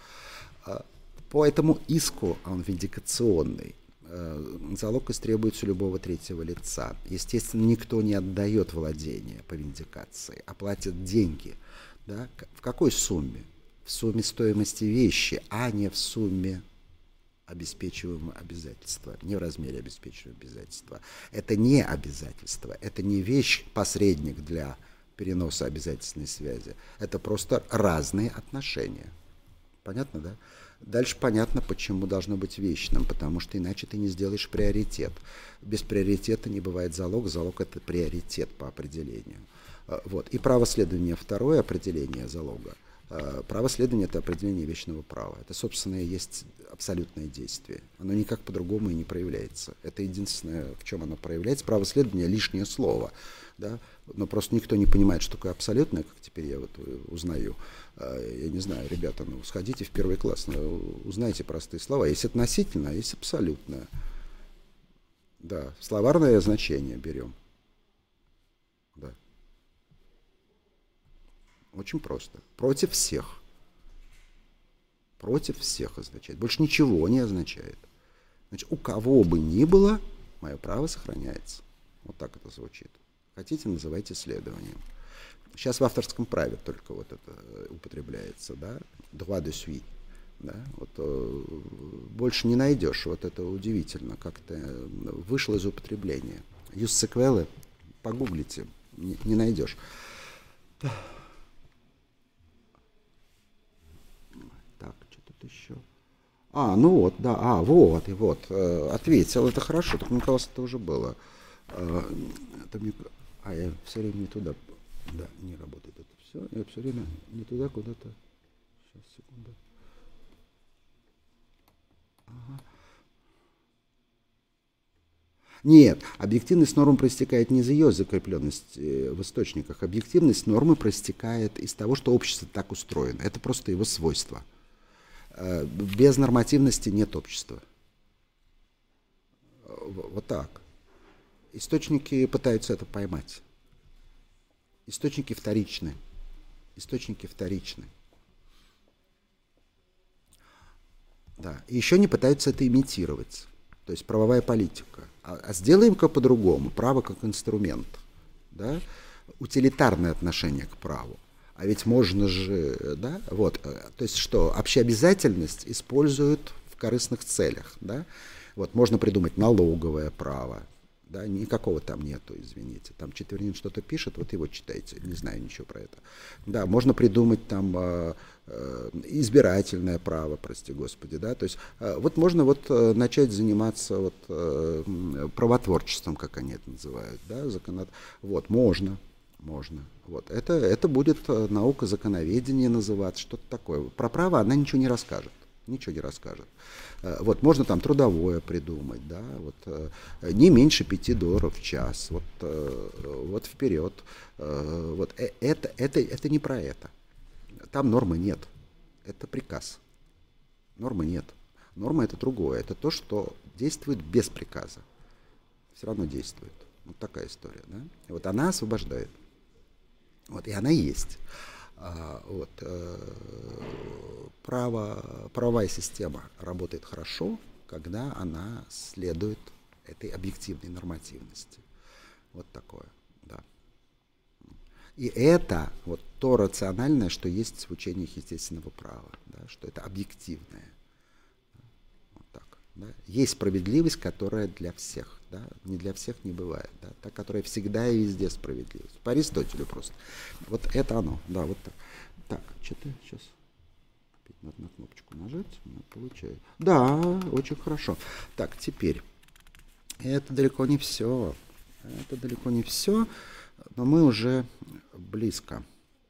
По этому иску, а он виндикационный, залог истребуется у любого третьего лица. Естественно, никто не отдает владение по виндикации, а платят деньги. Да? В какой сумме? В сумме стоимости вещи, а не в сумме обеспечиваемого обязательства, не в размере обеспечиваемого обязательства. Это не обязательство, это не вещь-посредник для переноса обязательной связи. Это просто разные отношения. Понятно, да? Дальше понятно, почему должно быть вечным, потому что иначе ты не сделаешь приоритет. Без приоритета не бывает залог, залог это приоритет по определению. Вот. И право следования, второе определение залога. Право следования это определение вечного права. Это, собственно, и есть абсолютное действие. Оно никак по-другому и не проявляется. Это единственное, в чем оно проявляется. Право следования лишнее слово. Да? Но просто никто не понимает, что такое абсолютное, как теперь я вот узнаю. Я не знаю, ребята, ну сходите в первый класс, узнайте простые слова. Есть относительное, а есть абсолютное. Да, словарное значение берем. Да. Очень просто. Против всех. Против всех означает. Больше ничего не означает. Значит, у кого бы ни было, мое право сохраняется. Вот так это звучит. Хотите, называйте следованием. Сейчас в авторском праве только вот это употребляется, да, droit de suite, да, вот э, больше не найдешь, вот это удивительно, как-то вышло из употребления. Jus sequelae, погуглите, не, не найдешь. Так, что тут еще? А, ну вот, да, а, вот, и вот, э, ответил, это хорошо, так мне казалось, это уже было. Э, это мне... А, я все время не туда. Да, не работает это все. Я все время не туда, куда-то. Сейчас, секунду. Ага. Нет, объективность нормы проистекает не из ее закрепленности в источниках. Объективность нормы проистекает из того, что общество так устроено. Это просто его свойство. Без нормативности нет общества. Вот так. Источники пытаются это поймать. Источники вторичны. Источники вторичны. Да. И еще не пытаются это имитировать. То есть правовая политика. А, а сделаем-ка по-другому. Право как инструмент. Да? Утилитарное отношение к праву. А ведь можно же, да, вот, то есть что, общеобязательность используют в корыстных целях, да? Вот можно придумать налоговое право, Да, никакого там нету, извините. Там Четвернин что-то пишет, вот его читайте, не знаю ничего про это. Да, можно придумать там э, э, избирательное право, прости господи, да, то есть э, вот можно вот э, начать заниматься вот э, правотворчеством, как они это называют, да, законод... вот, можно, можно, вот, это, это будет э, наука законоведения называться, что-то такое. Про право она ничего не расскажет. Ничего не расскажет. Вот, можно там трудовое придумать, да, вот, не меньше пяти долларов в час, вот, вот вперед. Вот, это, это, это не про это. Там нормы нет. Это приказ. Нормы нет. Норма это другое. Это то, что действует без приказа. Все равно действует. Вот такая история. Да? И вот она освобождает. Вот, и она есть. А, вот, э, право, правовая система работает хорошо, когда она следует этой объективной нормативности. Вот такое, да. И это вот то рациональное, что есть в учениях естественного права, да, что это объективное. Вот так, да. Есть справедливость, которая для всех. Да, не для всех не бывает, да, та, которая всегда и везде справедливость. По Аристотелю просто. Вот это оно, да, вот так. Так, что-то сейчас опять надо на кнопочку нажать, получаю. Да, очень хорошо. Так, теперь, это далеко не все, это далеко не все, но мы уже близко.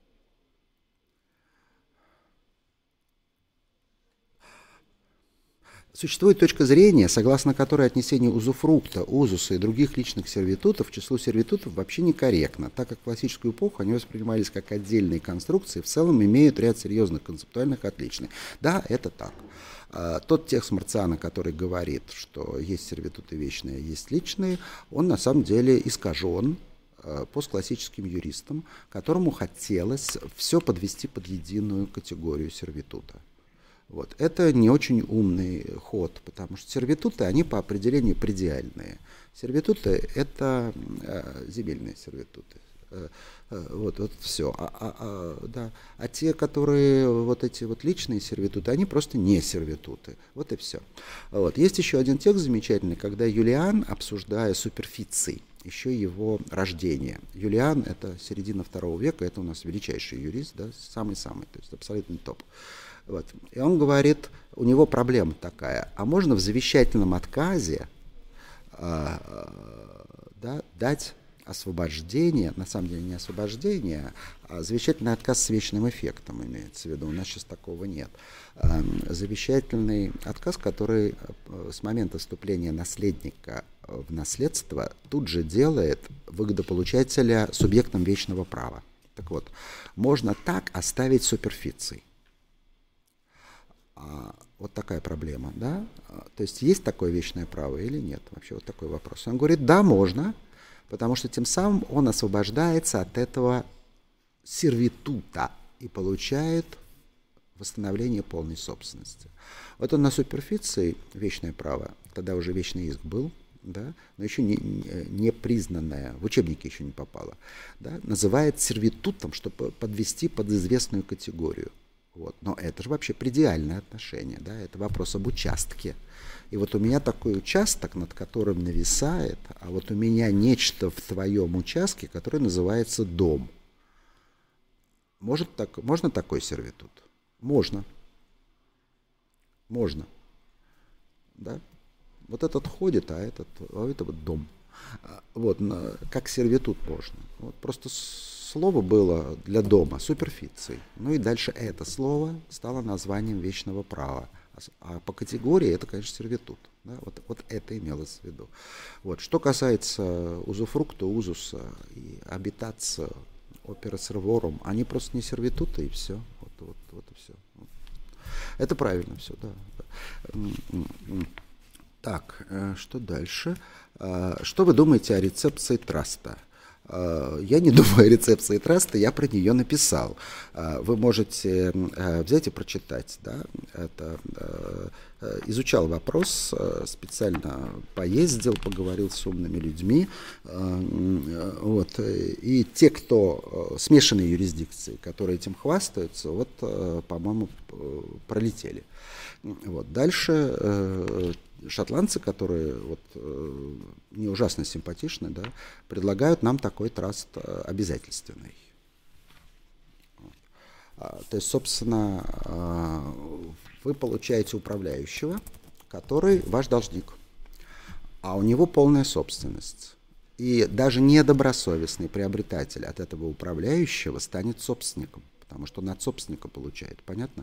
Существует точка зрения, согласно которой отнесение узуфрукта, узуса и других личных сервитутов к числу сервитутов вообще некорректно, так как в классическую эпоху они воспринимались как отдельные конструкции, в целом имеют ряд серьезных концептуальных отличий. Да, это так. Тот текст Марциана, который говорит, что есть сервитуты вечные, есть личные, он на самом деле искажен постклассическим юристам, которому хотелось все подвести под единую категорию сервитута. Вот. Это не очень умный ход, потому что сервитуты, они по определению предиальные. Сервитуты – это э, земельные сервитуты. Э, э, вот, вот все. А, а, а, да. а те, которые вот эти вот личные сервитуты, они просто не сервитуты. Вот и все. Вот. Есть еще один текст замечательный, когда Юлиан, обсуждая суперфиций, еще его рождение. Юлиан – это середина второго века, это у нас величайший юрист, да, самый-самый, то есть абсолютный топ. Вот. И он говорит, у него проблема такая, а можно в завещательном отказе э, да, дать освобождение, на самом деле не освобождение, а завещательный отказ с вечным эффектом имеется в виду, у нас сейчас такого нет. Э, завещательный отказ, который с момента вступления наследника в наследство тут же делает выгодополучателя субъектом вечного права. Так вот, можно так оставить суперфиций. Вот такая проблема, да? То есть есть такое вечное право или нет? Вообще вот такой вопрос. Он говорит, да, можно, потому что тем самым он освобождается от этого сервитута и получает восстановление полной собственности. Вот он на суперфиции, вечное право, тогда уже вечный иск был, да, но еще не, не признанное, в учебнике еще не попало, да, называет сервитутом, чтобы подвести под известную категорию. Вот. Но это же вообще предиальное отношение, да? Это вопрос об участке. И вот у меня такой участок, над которым нависает, а вот у меня нечто в твоем участке, которое называется дом. Может так, можно такой сервитут? Можно. Можно. Да? Вот этот ходит, а этот, а это вот дом. Вот, как сервитут можно. Вот просто слово было для дома, суперфиций. Ну и дальше это слово стало названием вечного права. А по категории это, конечно, сервитут. Да? Вот, вот это имелось в виду. Вот. Что касается узуфрукта, узуса и абитация, опера серворум, они просто не сервитуты, и все. Вот, вот, вот и все. Это правильно все, да. Так, что дальше? Что вы думаете о рецепции траста? Я не думаю о рецепции траста, я про нее написал. Вы можете взять и прочитать. Да? Это, изучал вопрос, специально поездил, поговорил с умными людьми. Вот. И те, кто смешанные юрисдикции, которые этим хвастаются, вот, по-моему, пролетели. Вот. Дальше шотландцы, которые вот, э, не ужасно симпатичны, да, предлагают нам такой траст э, обязательственный. Вот. А, то есть, собственно, э, вы получаете управляющего, который ваш должник, а у него полная собственность. И даже недобросовестный приобретатель от этого управляющего станет собственником, потому что он от собственника получает. Понятно?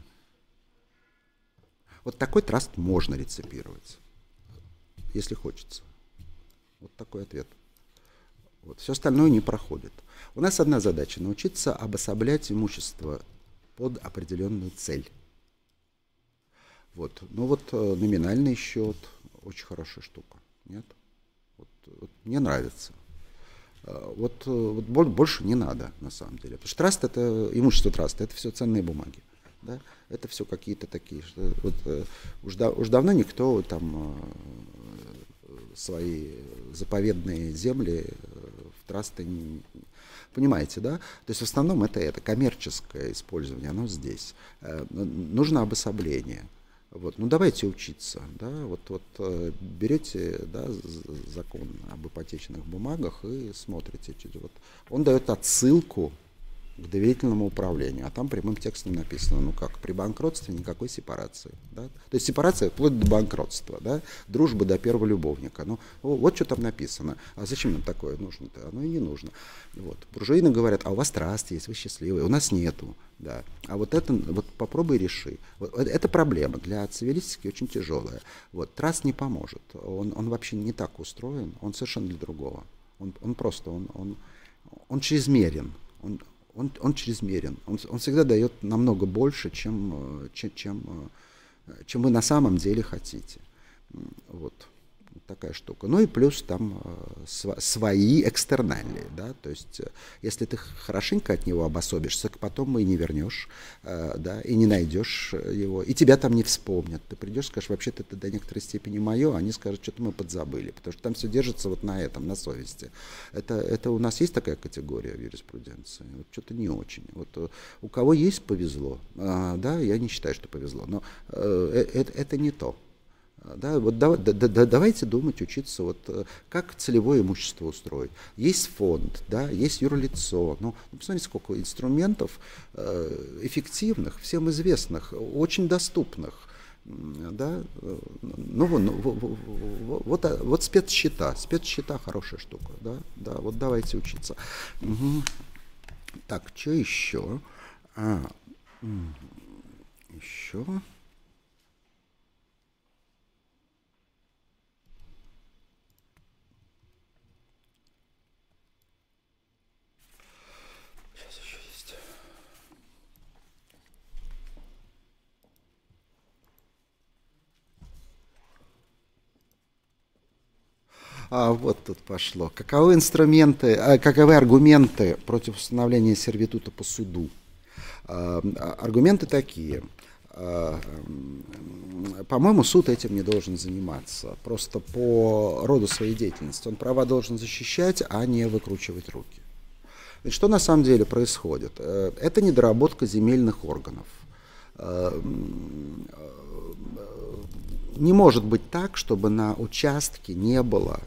Вот такой траст можно реципировать, если хочется. Вот такой ответ. Вот. Все остальное не проходит. У нас одна задача – научиться обособлять имущество под определенную цель. Вот. Ну вот номинальный счет – очень хорошая штука. Нет? Вот, вот мне нравится. Вот, вот больше не надо, на самом деле. Потому что траст – это имущество траста, это все ценные бумаги. Да? Это все какие-то такие. Что, вот, уж, да, уж давно никто там свои заповедные земли в трасты не... Понимаете, да? То есть в основном это, это коммерческое использование, оно здесь. Нужно обособление. Вот. Ну давайте учиться, да, вот, вот берете, да, закон об ипотечных бумагах и смотрите, вот. Он дает отсылку к доверительному управлению, а там прямым текстом написано, ну как, при банкротстве никакой сепарации, да? То есть сепарация вплоть до банкротства, да, дружба до первого любовника, ну вот что там написано, а зачем нам такое нужно-то, оно и не нужно, вот. Буржуины говорят, а у вас траст есть, вы счастливые, у нас нету, да, а вот это, вот попробуй реши, вот, это проблема для цивилистики очень тяжелая, вот, траст не поможет, он, он вообще не так устроен, он совершенно для другого, он, он просто, он, он, он чрезмерен, он Он, он чрезмерен, он, он всегда дает намного больше, чем, чем, чем, чем вы на самом деле хотите. Вот такая штука. Ну и плюс там э, свои экстерналии, да, то есть если ты хорошенько от него обособишься, потом и не вернешь, э, да, и не найдешь его, и тебя там не вспомнят. Ты придешь, скажешь, вообще-то это до некоторой степени мое, они скажут, что-то мы подзабыли, потому что там все держится вот на этом, на совести. Это, это у нас есть такая категория в юриспруденции? Вот что-то не очень. Вот у кого есть, повезло, а, да, я не считаю, что повезло, но э, это, это не то. Да, вот да, да, да, давайте думать, учиться, вот, как целевое имущество устроить. Есть фонд, да, есть юрлицо. Ну, посмотрите, сколько инструментов э, эффективных, всем известных, очень доступных. Да? Ну, ну, вот, вот, вот спецсчета. Спецсчета хорошая штука. Да? Да, вот давайте учиться. Угу. Так, что еще? А, еще... А вот тут пошло. Каковы инструменты, а, каковы аргументы против установления сервитута по суду? А, аргументы такие. А, по-моему, суд этим не должен заниматься. Просто по роду своей деятельности. Он права должен защищать, а не выкручивать руки. Значит, что на самом деле происходит? Это недоработка земельных органов. Не может быть так, чтобы на участке не было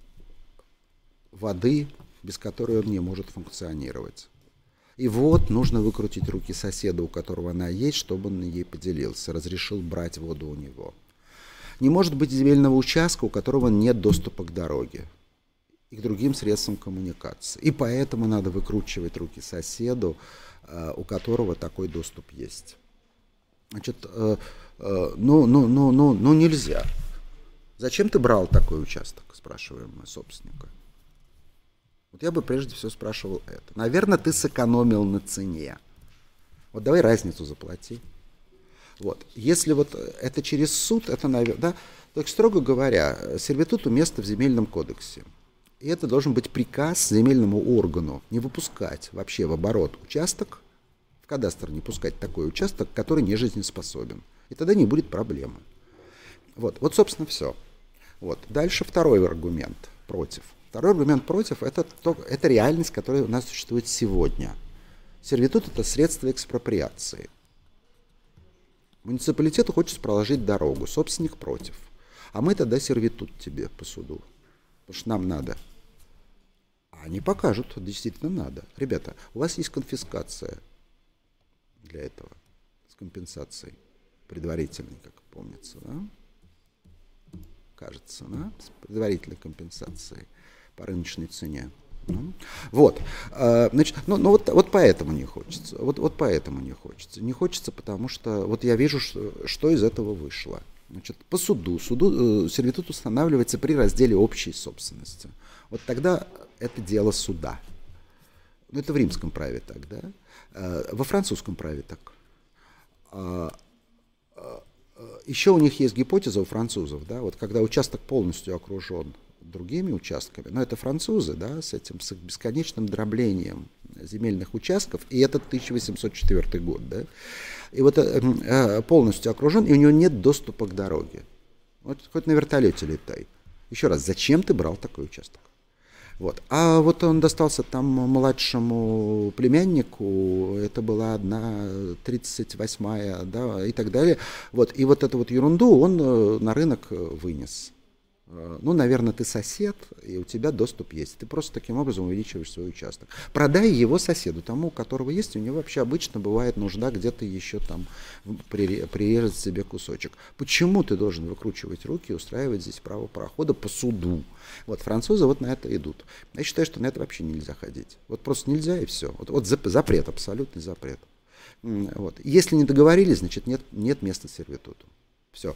воды, без которой он не может функционировать. И вот нужно выкрутить руки соседа, у которого она есть, чтобы он ей поделился, разрешил брать воду у него. Не может быть земельного участка, у которого нет доступа к дороге и к другим средствам коммуникации. И поэтому надо выкручивать руки соседу, у которого такой доступ есть. Значит, ну, ну, ну, ну, ну нельзя. Зачем ты брал такой участок, спрашиваем мы собственника. Вот я бы прежде всего спрашивал это. Наверное, ты сэкономил на цене. Вот давай разницу заплати. Вот. Если вот это через суд, это, наверное, да, так строго говоря, сервитут уместно в земельном кодексе. И это должен быть приказ земельному органу не выпускать вообще в оборот участок, в кадастр не пускать такой участок, который не жизнеспособен. И тогда не будет проблемы. Вот, вот собственно, все. Вот. Дальше второй аргумент против. Второй аргумент против – это, то, это реальность, которая у нас существует сегодня. Сервитут – это средство экспроприации. Муниципалитету хочется проложить дорогу, собственник против. а мы тогда сервитут тебе по суду, потому что нам надо. А они покажут, действительно надо. Ребята, у вас есть конфискация для этого, с компенсацией предварительной, как помнится, да? Кажется, да? С предварительной компенсацией по рыночной цене. Ну, вот, значит, ну, ну вот, вот поэтому не хочется, вот, вот поэтому не хочется, не хочется, потому что вот я вижу, что, что из этого вышло. Значит, по суду, суду э, сервитут устанавливается при разделе общей собственности. Вот тогда это дело суда. Ну, это в римском праве так, да? Э, во французском праве так. А, а, еще у них есть гипотеза у французов, да, вот когда участок полностью окружен другими участками, но это французы, да, с этим, с бесконечным дроблением земельных участков, и это тысяча восемьсот четвёртый год, да, и вот э, полностью окружен, и у него нет доступа к дороге. Вот хоть на вертолете летай. Еще раз, зачем ты брал такой участок? Вот. А вот он достался там младшему племяннику, это была одна тридцать восьмая, да, и так далее. Вот. И вот эту вот ерунду он на рынок вынес. Ну, наверное, ты сосед, и у тебя доступ есть. Ты просто таким образом увеличиваешь свой участок. Продай его соседу, тому, у которого есть, у него вообще обычно бывает нужда где-то еще там прирезать себе кусочек. Почему ты должен выкручивать руки и устраивать здесь право прохода по суду? Вот французы вот на это идут. Я считаю, что на это вообще нельзя ходить. Вот просто нельзя, и все. Вот, вот запрет, абсолютный запрет. Вот. Если не договорились, значит, нет, нет места сервитуту. Все.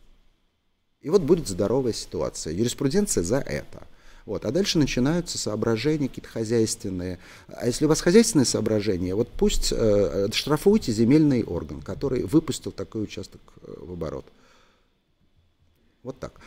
И вот будет здоровая ситуация. Юриспруденция за это. Вот. А дальше начинаются соображения какие-то хозяйственные. А если у вас хозяйственные соображения, вот пусть э, штрафуйте земельный орган, который выпустил такой участок э, в оборот. Вот так.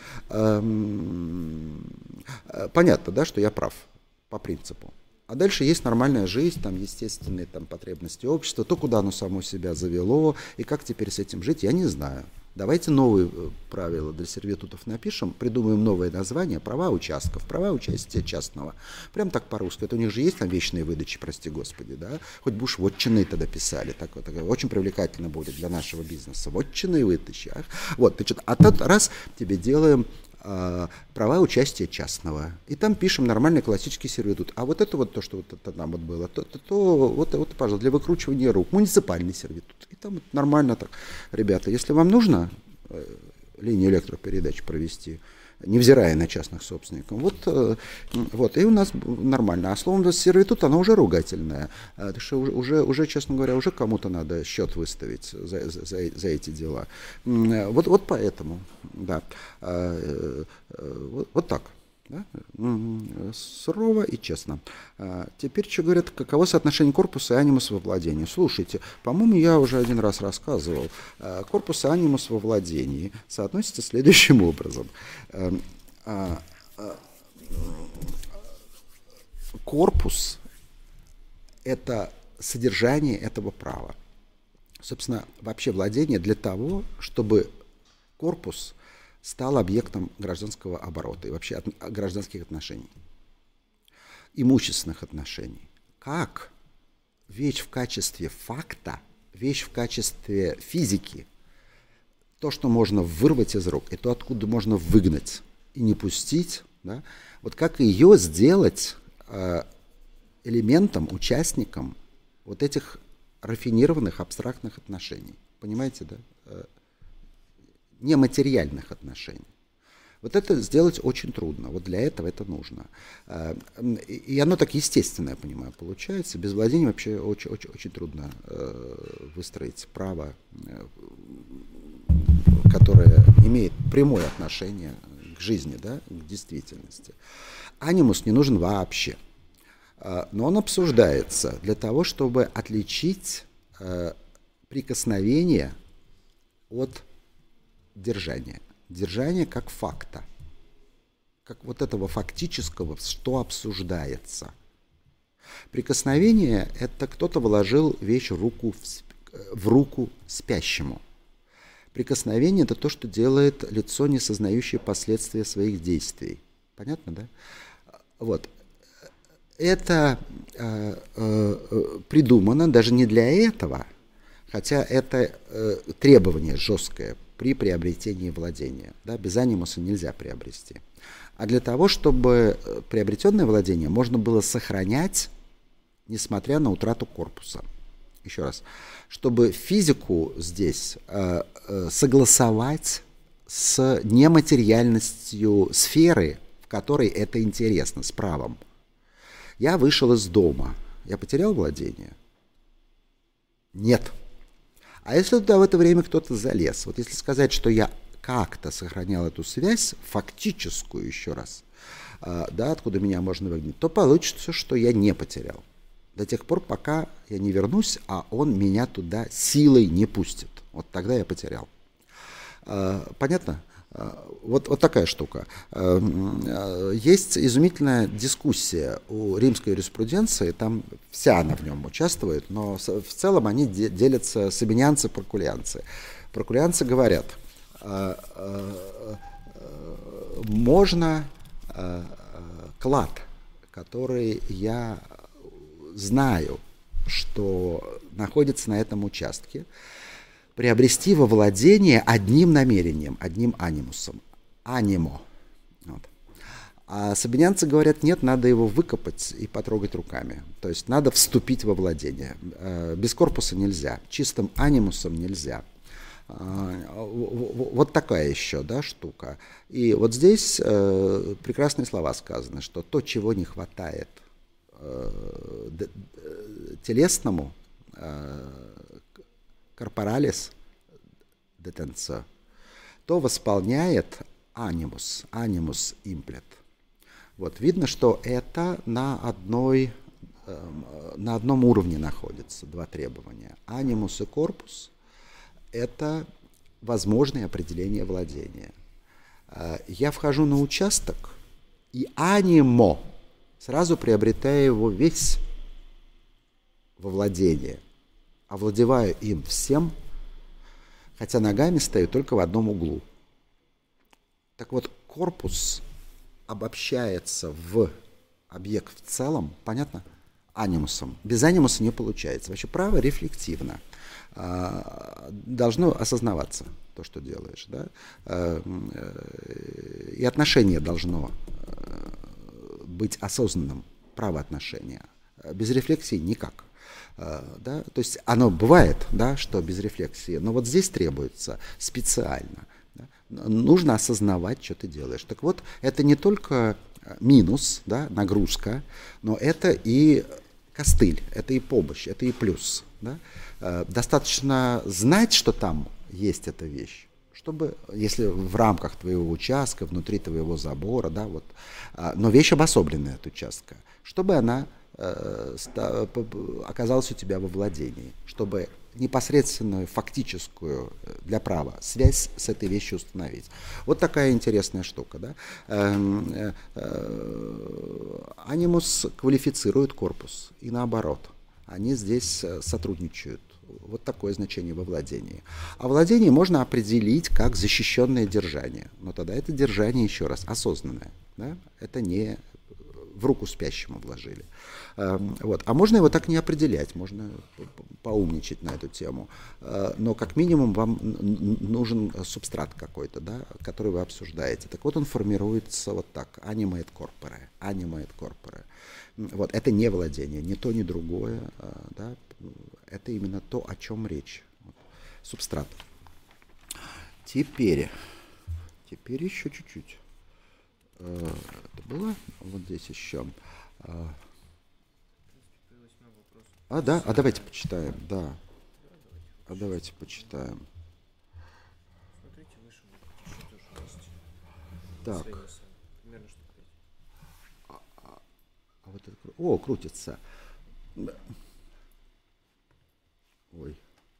Эм, понятно, да, что я прав по принципу. А дальше есть нормальная жизнь, там естественные там, потребности общества, то, куда оно само себя завело, и как теперь с этим жить, я не знаю. Давайте новые правила для сервитутов напишем, придумаем новое название, права участков, права участия частного. Прям так по-русски. Это у них же есть там вечные выдачи, прости господи, да? Хоть бы уж вотчины тогда писали, так вот, очень привлекательно будет для нашего бизнеса. Вотчины выдачи. А? Вот, значит, а тот раз тебе делаем а, права участия частного. И там пишем нормальный классический сервитут. А вот это вот то, что вот это там вот было, то, то, то вот, вот, пожалуйста, для выкручивания рук. Муниципальный сервитут. И там вот нормально так. Ребята, если вам нужно э, линию электропередач провести, невзирая на частных собственников, вот, э, вот, и у нас нормально. А словом, сервитут, оно уже ругательное. Потому что уже, уже, честно говоря, уже кому-то надо счет выставить за, за, за эти дела. Вот, вот поэтому, да. Вот, вот так. Да? Сурово и честно. А, теперь, что говорят, каково соотношение корпуса и анимуса во владении? Слушайте, по-моему, я уже один раз рассказывал. А, корпус и анимус во владении соотносятся следующим образом. А, а, а, корпус – это содержание этого права. Собственно, вообще владение для того, чтобы корпус стал объектом гражданского оборота и вообще от, гражданских отношений, имущественных отношений. Как вещь в качестве факта, вещь в качестве физики, то, что можно вырвать из рук, и то, откуда можно выгнать и не пустить, да, вот как ее сделать э, элементом, участником вот этих рафинированных абстрактных отношений. Понимаете, да? Нематериальных отношений. Вот это сделать очень трудно. Вот для этого это нужно. И оно так естественно, я понимаю, получается. Без владения вообще очень, очень, очень трудно выстроить право, которое имеет прямое отношение к жизни, да, к действительности. Анимус не нужен вообще. Но он обсуждается для того, чтобы отличить прикосновение от держание. Держание как факта. Как вот этого фактического, что обсуждается. Прикосновение – это кто-то вложил вещь в руку, в руку спящему. Прикосновение – это то, что делает лицо, не сознающее последствия своих действий. Понятно, да? Вот. Это э, э, придумано даже не для этого, хотя это э, требование жесткое при приобретении владения. Да? Без анимуса нельзя приобрести. А для того, чтобы приобретенное владение можно было сохранять, несмотря на утрату корпуса. Еще раз. Чтобы физику здесь э, э, согласовать с нематериальностью сферы, в которой это интересно, с правом. Я вышел из дома. Я потерял владение? Нет. А если туда в это время кто-то залез? Вот если сказать, что я как-то сохранял эту связь, фактическую еще раз, э, да, откуда меня можно выгнать, то получится, что я не потерял. До тех пор, пока я не вернусь, а он меня туда силой не пустит. Вот тогда я потерял. Э, понятно? Вот, вот такая штука. Есть изумительная дискуссия у римской юриспруденции, там вся она в нем участвует, но в целом они делятся сабинианцы, прокулианцы. Прокулианцы говорят, можно клад, который я знаю, что находится на этом участке, приобрести во владение одним намерением, одним анимусом. Анимо. Вот. А сабинианцы говорят, нет, надо его выкопать и потрогать руками. То есть надо вступить во владение. Без корпуса нельзя, чистым анимусом нельзя. Вот такая еще, да, штука. И вот здесь прекрасные слова сказаны, что то, чего не хватает телесному, корпоралис детенца, то восполняет анимус, анимус имплет. Вот видно, что это на одной, э, на одном уровне находятся два требования. Анимус и корпус – это возможное определение владения. Э, я вхожу на участок, и анимо сразу приобретаю его весь во владение. Овладеваю им всем, хотя ногами стою только в одном углу. Так вот, корпус обобщается в объект в целом, понятно, анимусом. Без анимуса не получается. Вообще право рефлективно. Должно осознаваться то, что делаешь. Да? И отношение должно быть осознанным, правоотношение. Без рефлексии никак. Да? То есть оно бывает, да, что без рефлексии, но вот здесь требуется специально. Да? Нужно осознавать, что ты делаешь. Так вот, это не только минус, да, нагрузка, но это и костыль, это и помощь, это и плюс. Да? Достаточно знать, что там есть эта вещь, чтобы, если в рамках твоего участка, внутри твоего забора, да, вот, но вещь обособленная от участка, чтобы она оказалась у тебя во владении, чтобы непосредственную фактическую для права связь с этой вещью установить. Вот такая интересная штука. Да? Анимус квалифицирует корпус и наоборот. Они здесь сотрудничают. Вот такое значение во владении. А владение можно определить как защищенное держание. Но тогда это держание, еще раз, осознанное. Да? Это не в руку спящему вложили. Вот. А можно его так не определять, можно поумничать на эту тему. Но как минимум вам нужен субстрат какой-то, да, который вы обсуждаете. Так вот он формируется вот так. Anima et corpore. Anima et corpore. Вот. Это не владение, ни то, ни другое. Да. Это именно то, о чем речь. Вот. Субстрат. Теперь, теперь еще чуть-чуть. Это было вот здесь еще. А, да? А давайте почитаем, да. А давайте почитаем. Так. А, а, а вот это... О, крутится. Ой.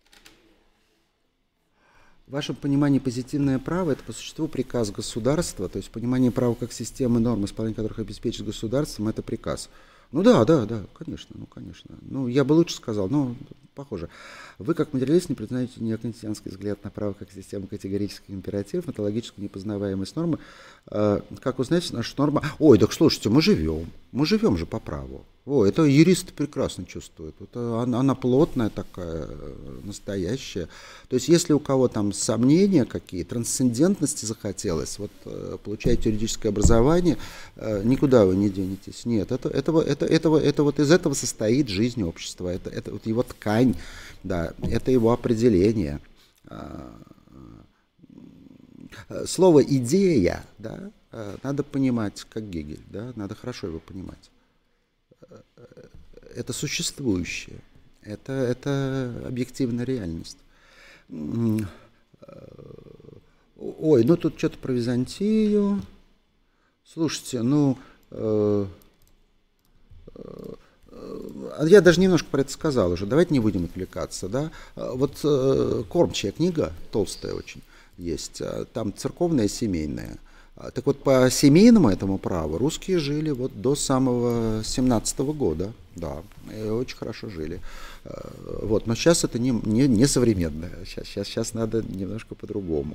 В вашем понимании позитивное право – это по существу приказ государства, то есть понимание права как системы норм, исполнение которых обеспечит государством – это приказ. Ну да, да, да, конечно, ну конечно. Ну, я бы лучше сказал, но похоже. Вы, как материалист, не признаете неокантианский взгляд на право как систему категорических императивов, методологическую непознаваемость нормы. Э, как узнать, наша норма... Ой, так слушайте, мы живем, мы живем же по праву. О, это юристы прекрасно чувствуют. Это она, она плотная такая, настоящая. То есть, если у кого там сомнения какие, трансцендентности захотелось, вот получаете юридическое образование, никуда вы не денетесь. Нет, это, этого, это, этого, это вот из этого состоит жизнь общества. Это, это вот его ткань, да, это его определение. Слово «идея», да, надо понимать, как Гегель, да, надо хорошо его понимать. Это существующее, это, это объективная реальность. Ой, ну тут что-то про Византию. Слушайте, ну, э, э, я даже немножко про это сказал уже, давайте не будем отвлекаться, да. Вот э, «Кормчая» книга, толстая очень, есть, там церковная, семейная. Так вот, по семейному этому праву русские жили вот до самого семнадцатого года, да, и очень хорошо жили. Вот, но сейчас это не, не, не современное, сейчас, сейчас, сейчас надо немножко по-другому.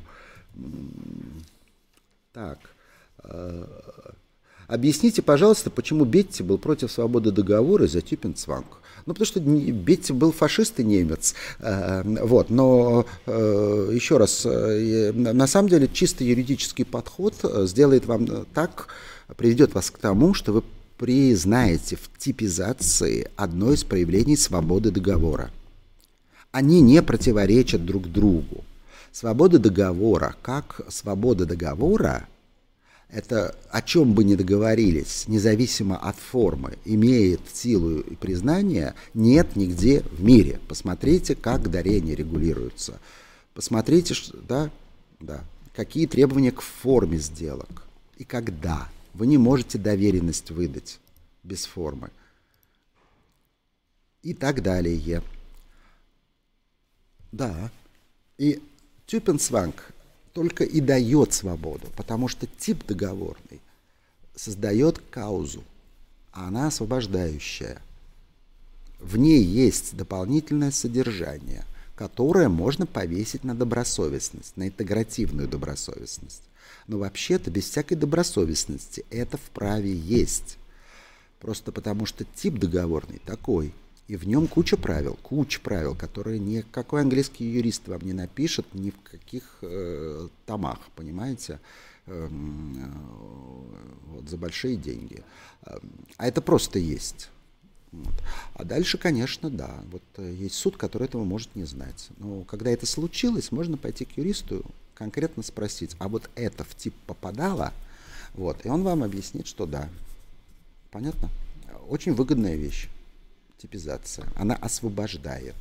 Так, объясните, пожалуйста, почему Бетти был против свободы договора из-за Тюпенцванг? Ну, потому что Бетти был фашист и немец. Вот, но еще раз, на самом деле чисто юридический подход сделает вам так, приведет вас к тому, что вы признаете в типизации одно из проявлений свободы договора. Они не противоречат друг другу. Свобода договора, как свобода договора, это о чем бы ни договорились, независимо от формы, имеет силу и признание, нет нигде в мире. Посмотрите, как дарения регулируются. Посмотрите, да, да, какие требования к форме сделок и когда. Вы не можете доверенность выдать без формы. И так далее. Да. И Тюпенцванг только и дает свободу, потому что тип договорный создает каузу, а она освобождающая. В ней есть дополнительное содержание, которое можно повесить на добросовестность, на интегративную добросовестность. Но вообще-то без всякой добросовестности это в праве есть. Просто потому что тип договорный такой. И в нем куча правил, куча правил, которые никакой английский юрист вам не напишет ни в каких э, томах, понимаете, э, э, вот, за большие деньги. А это просто есть. Вот. А дальше, конечно, да, вот есть суд, который этого может не знать. Но когда это случилось, можно пойти к юристу, конкретно спросить, а вот это в тип попадало, вот, и он вам объяснит, что да. Понятно? Очень выгодная вещь. Типизация. Она освобождает.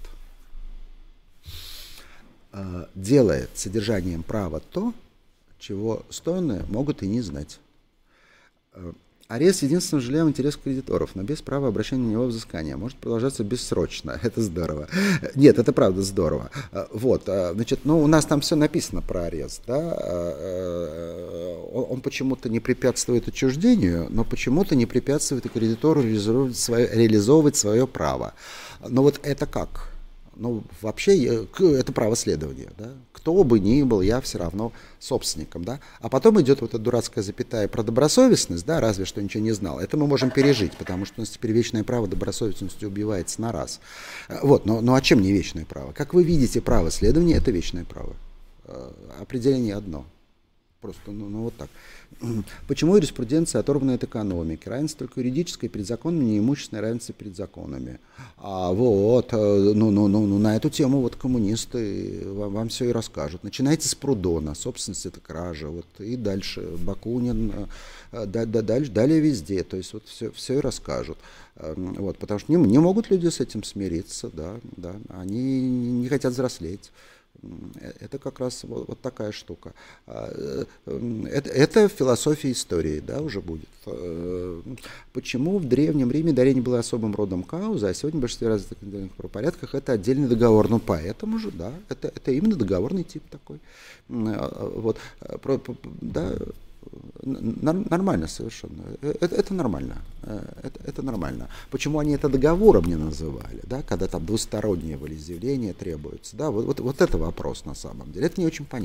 Делает содержанием права то, чего стороны могут и не знать. Арест единственным жильем интерес кредиторов, но без права обращения на него взыскания. Может продолжаться бессрочно. Это здорово. Нет, это правда здорово. Вот, значит, ну, у нас там все написано про арест, да. Он, он почему-то не препятствует отчуждению, но почему-то не препятствует и кредитору реализовывать свое, реализовывать свое право. Но вот это как? Ну, вообще, это право следования, да. Кто бы ни был, я все равно собственником, да. А потом идет вот эта дурацкая запятая про добросовестность, да, разве что ничего не знал. Это мы можем пережить, потому что у нас теперь вечное право добросовестностью убивается на раз. Вот, но, но а чем не вечное право? Как вы видите, право следования – это вечное право. Определение одно. Просто, ну, ну вот так. Почему юриспруденция оторвана от экономики? Равенство только юридическое перед законами, неимущественное равенство перед законами. А вот, ну, ну, ну, ну, на эту тему вот коммунисты вам, вам все и расскажут. Начинайте с Прудона, собственность это кража, вот, и дальше Бакунин, да, да, дальше, далее везде, то есть вот все, все и расскажут. Вот, потому что не, не могут люди с этим смириться, да, да, они не хотят взрослеть. Это как раз вот, вот такая штука. Это, это философия истории, да, уже будет. Почему в Древнем Риме дарение было особым родом каузы, а сегодня в большинстве развитых континентальных правопорядках это отдельный договор. Ну, поэтому же, да, это, это именно договорный тип такой. Вот, да, нормально совершенно. Это, это нормально. Это, это нормально. Почему они это договором не называли, да, когда там двустороннее волеизъявление требуется, да, вот, вот, вот это вопрос на самом деле. Это не очень понятно.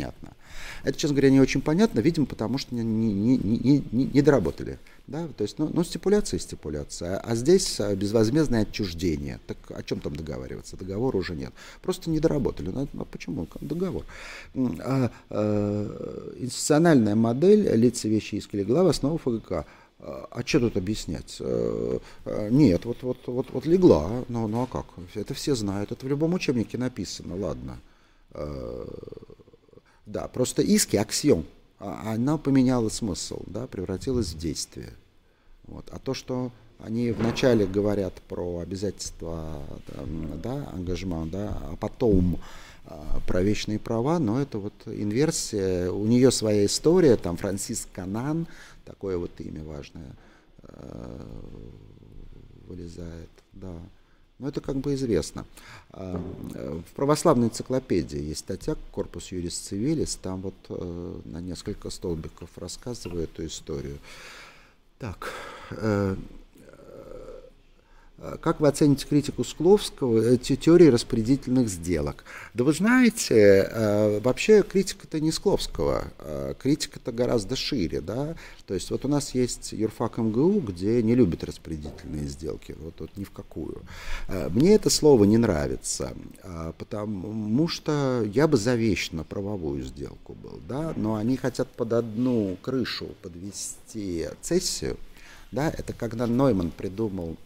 Это, честно говоря, не очень понятно, видимо, потому что не, не, не, не, не, не доработали. Да? То есть, ну, ну, стипуляция и стипуляция. А здесь безвозмездное отчуждение. Так о чем там договариваться? Договора уже нет. Просто не доработали. Ну, а почему? Договор. А, а, институциональная модель лица, вещи, иски или глава, основа ФГК. А что тут объяснять? Нет, вот, вот, вот, вот легла, ну, ну а как? Это все знают, это в любом учебнике написано, ладно. Да, просто иски, аксиом, она поменяла смысл, да, превратилась в действие. Вот. А то, что они вначале говорят про обязательства, да, ангажемент, да, а потом про вечные права, но это вот инверсия, у нее своя история, там Франсис Канан, такое вот имя важное, вылезает, да. Но это как бы известно. В православной энциклопедии есть статья «Корпус Юрис Цивилис», там вот на несколько столбиков рассказываю эту историю. Так, как вы оцените критику Скловского теории распределительных сделок? Да вы знаете, вообще критика-то не Скловского, критика-то гораздо шире, да? То есть вот у нас есть юрфак эм гэ у, где не любят распределительные сделки, вот, вот ни в какую. Мне это слово не нравится, потому что я бы за вечно-правовую сделку был, да? Но они хотят под одну крышу подвести цессию, да? Это когда Нойман придумал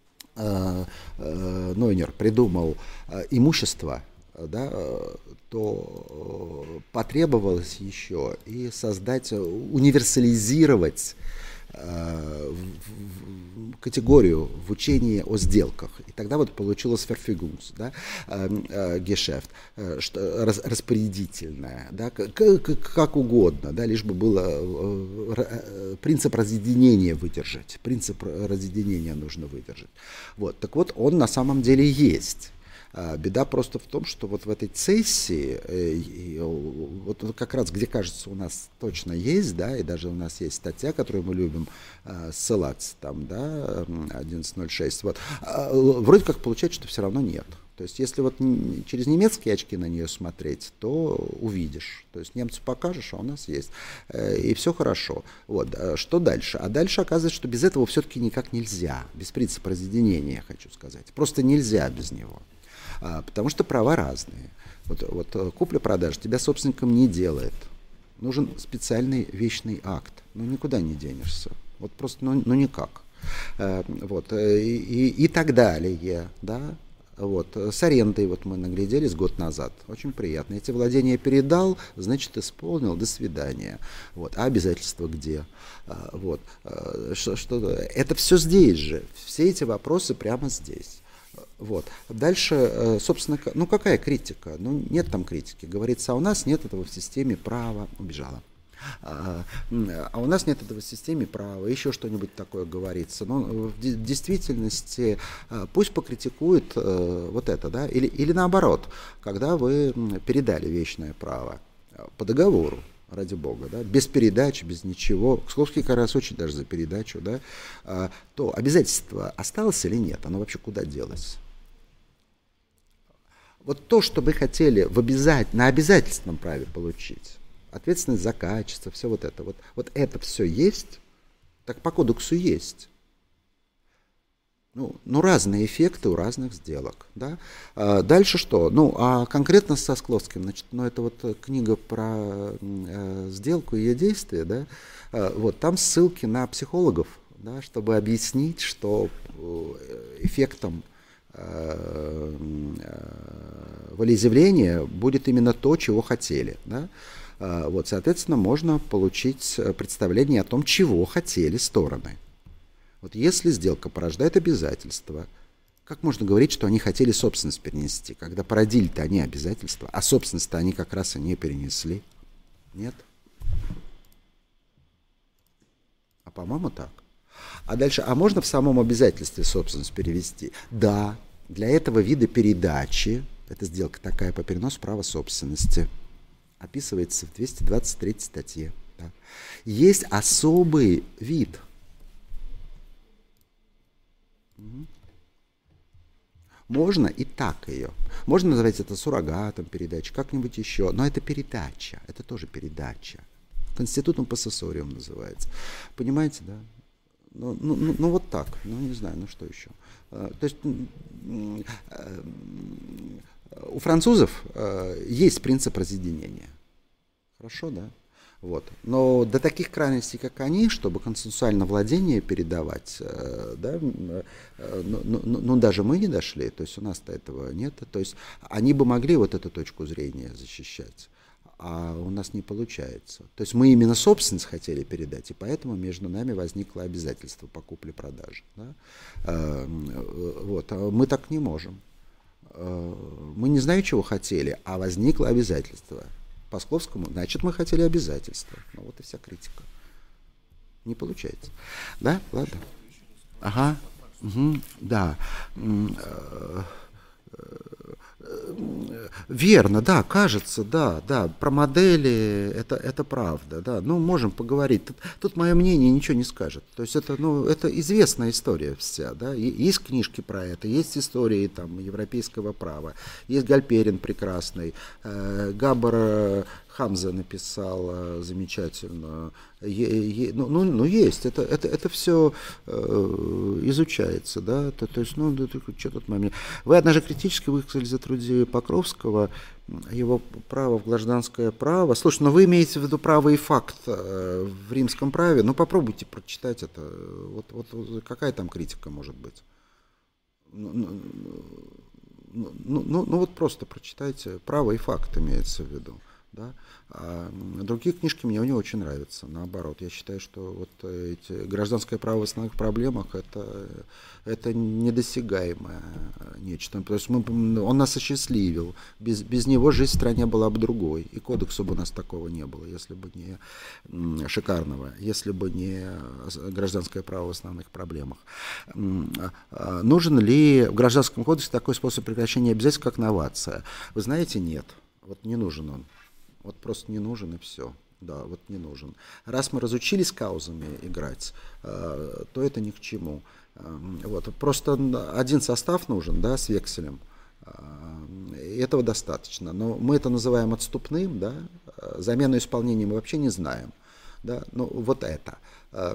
Нойнер придумал имущество, да, то потребовалось еще и создать, универсализировать категорию в учении о сделках. И тогда вот получилось Verfügungs, да, Geschäft, что распорядительное, да, как, как угодно, да, лишь бы было принцип разъединения выдержать. Принцип разъединения нужно выдержать. Вот, так вот, он на самом деле есть. Беда просто в том, что вот в этой цессии, вот как раз где, кажется, у нас точно есть, да, и даже у нас есть статья, которую мы любим ссылаться, там, да, одиннадцать ноль шесть, вот, вроде как получается, что все равно нет. То есть, если вот через немецкие очки на нее смотреть, то увидишь. То есть, немцу покажешь, а у нас есть. И все хорошо. Вот. Что дальше? А дальше оказывается, что без этого все-таки никак нельзя. Без принципа разъединения, хочу сказать. Просто нельзя без него. Потому что права разные. Вот, вот купля-продажа тебя собственником не делает. Нужен специальный вечный акт. Ну, никуда не денешься. Вот просто, ну, ну никак. Вот. И, и, и так далее, да. Вот. С арендой вот мы нагляделись год назад. Очень приятно. Эти владения передал, значит, исполнил, до свидания. Вот. А обязательства где? Вот. Что, что, это все здесь же. Все эти вопросы прямо здесь. Вот. Дальше, собственно, ну какая критика? Ну нет там критики. Говорится, а у нас нет этого в системе права. Убежала. А, а у нас нет этого в системе права, еще что-нибудь такое говорится. Но в действительности пусть покритикует вот это, да, или, или наоборот, когда вы передали вечное право по договору, ради бога, да, без передачи, без ничего, Скловский как раз очень даже за передачу, да, то обязательство осталось или нет, оно вообще куда делось? Вот то, что вы хотели в обязать... на обязательственном праве получить, ответственность за качество, все вот это, вот, вот это все есть, так по кодексу есть. Ну, ну, разные эффекты у разных сделок, да. А дальше что? Ну, а конкретно со Скловским, значит, ну, это вот книга про э, сделку и ее действия, да, а, вот, там ссылки на психологов, да, чтобы объяснить, что эффектом э, э, волеизъявления будет именно то, чего хотели, да. А, вот, соответственно, можно получить представление о том, чего хотели стороны. Вот если сделка порождает обязательства, как можно говорить, что они хотели собственность перенести, когда породили-то они обязательства, а собственность-то они как раз и не перенесли? Нет? А по-моему так. А дальше, а можно в самом обязательстве собственность перевести? Да, для этого вида передачи, эта сделка такая по переносу права собственности, описывается в двести двадцать третьей статье. Да. Есть особый вид. Можно и так ее. Можно называть это суррогатом передачи, как-нибудь еще. Но это передача. Это тоже передача. Конститутом поссессориум называется. Понимаете, да? Ну, ну, ну, ну вот так. Ну, не знаю, ну что еще. То есть у французов есть принцип разъединения. Хорошо, да? Вот. Но до таких крайностей, как они, чтобы консенсуально владение передавать, да, ну, ну, ну, даже мы не дошли, то есть у нас-то этого нет. То есть они бы могли вот эту точку зрения защищать, а у нас не получается. То есть мы именно собственность хотели передать, и поэтому между нами возникло обязательство по купле-продаже. Да? Вот. Мы так не можем. Мы не знаем, чего хотели, а возникло обязательство. По Скловскому, значит, мы хотели обязательства. Ну вот и вся критика. Не получается. Да? Ладно. Ага. Угу. Да. Верно, да, кажется, да, да, про модели это, это правда, да, ну, можем поговорить. Тут, тут мое мнение ничего не скажет. То есть это, ну, это известная история вся, да, есть книжки про это, есть истории там европейского права, есть Гальперин прекрасный, э, Габбар Хамза написал замечательно, е, е, ну, ну, ну, есть, это, это, это все э, изучается, да, то, то есть, ну, что тут момент. Вы однажды критически высказали за труде Покровского его право в гражданское право. Слушай, ну вы имеете в виду право и факт э, в римском праве, ну попробуйте прочитать это, вот, вот, вот какая там критика может быть? Ну, ну, ну, ну, ну вот просто прочитайте, право и факт имеется в виду. Да? А другие книжки мне не очень нравятся, наоборот. Я считаю, что вот эти гражданское право в основных проблемах это, это недосягаемое нечто. То есть мы, он нас осчастливил. Без, без него жизнь в стране была бы другой. И кодекса бы у нас такого не было, если бы не шикарного, если бы не гражданское право в основных проблемах. Нужен ли в Гражданском кодексе такой способ прекращения обязательств, как новация? Вы знаете, нет. Вот не нужен он. Вот просто не нужен, и все. Да, вот не нужен. Раз мы разучились каузами играть, э, то это ни к чему. Э, вот. Просто один состав нужен, да, с векселем. Э, этого достаточно. Но мы это называем отступным, да. Замену исполнения мы вообще не знаем. Да. Ну, вот это. Э,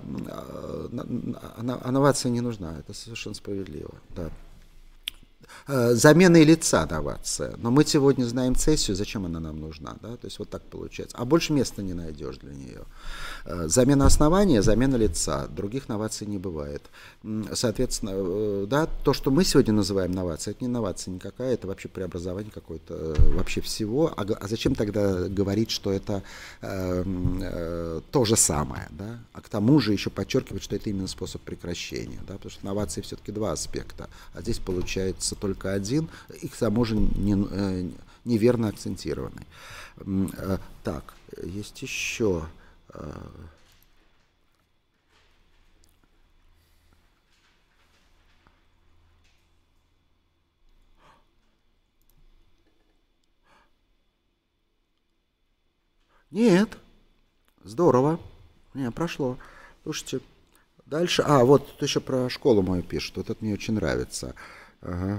а новация не нужна, это совершенно справедливо. Да. Заменой лица новация. Но мы сегодня знаем цессию, зачем она нам нужна. Да? То есть вот так получается. А больше места не найдешь для нее. Замена основания, замена лица. Других новаций не бывает. Соответственно, да, то, что мы сегодня называем новацией, это не новация никакая, это вообще преобразование какое-то вообще всего. А, а зачем тогда говорить, что это э, э, то же самое? Да? А к тому же еще подчеркивать, что это именно способ прекращения. Да? Потому что новации все-таки два аспекта. А здесь получается только один, и к тому же не, э, неверно акцентированный. Э, так, есть еще... Э, Нет, здорово, не, прошло. Слушайте, дальше, а, вот тут еще про школу мою пишут, вот это мне очень нравится. Ага.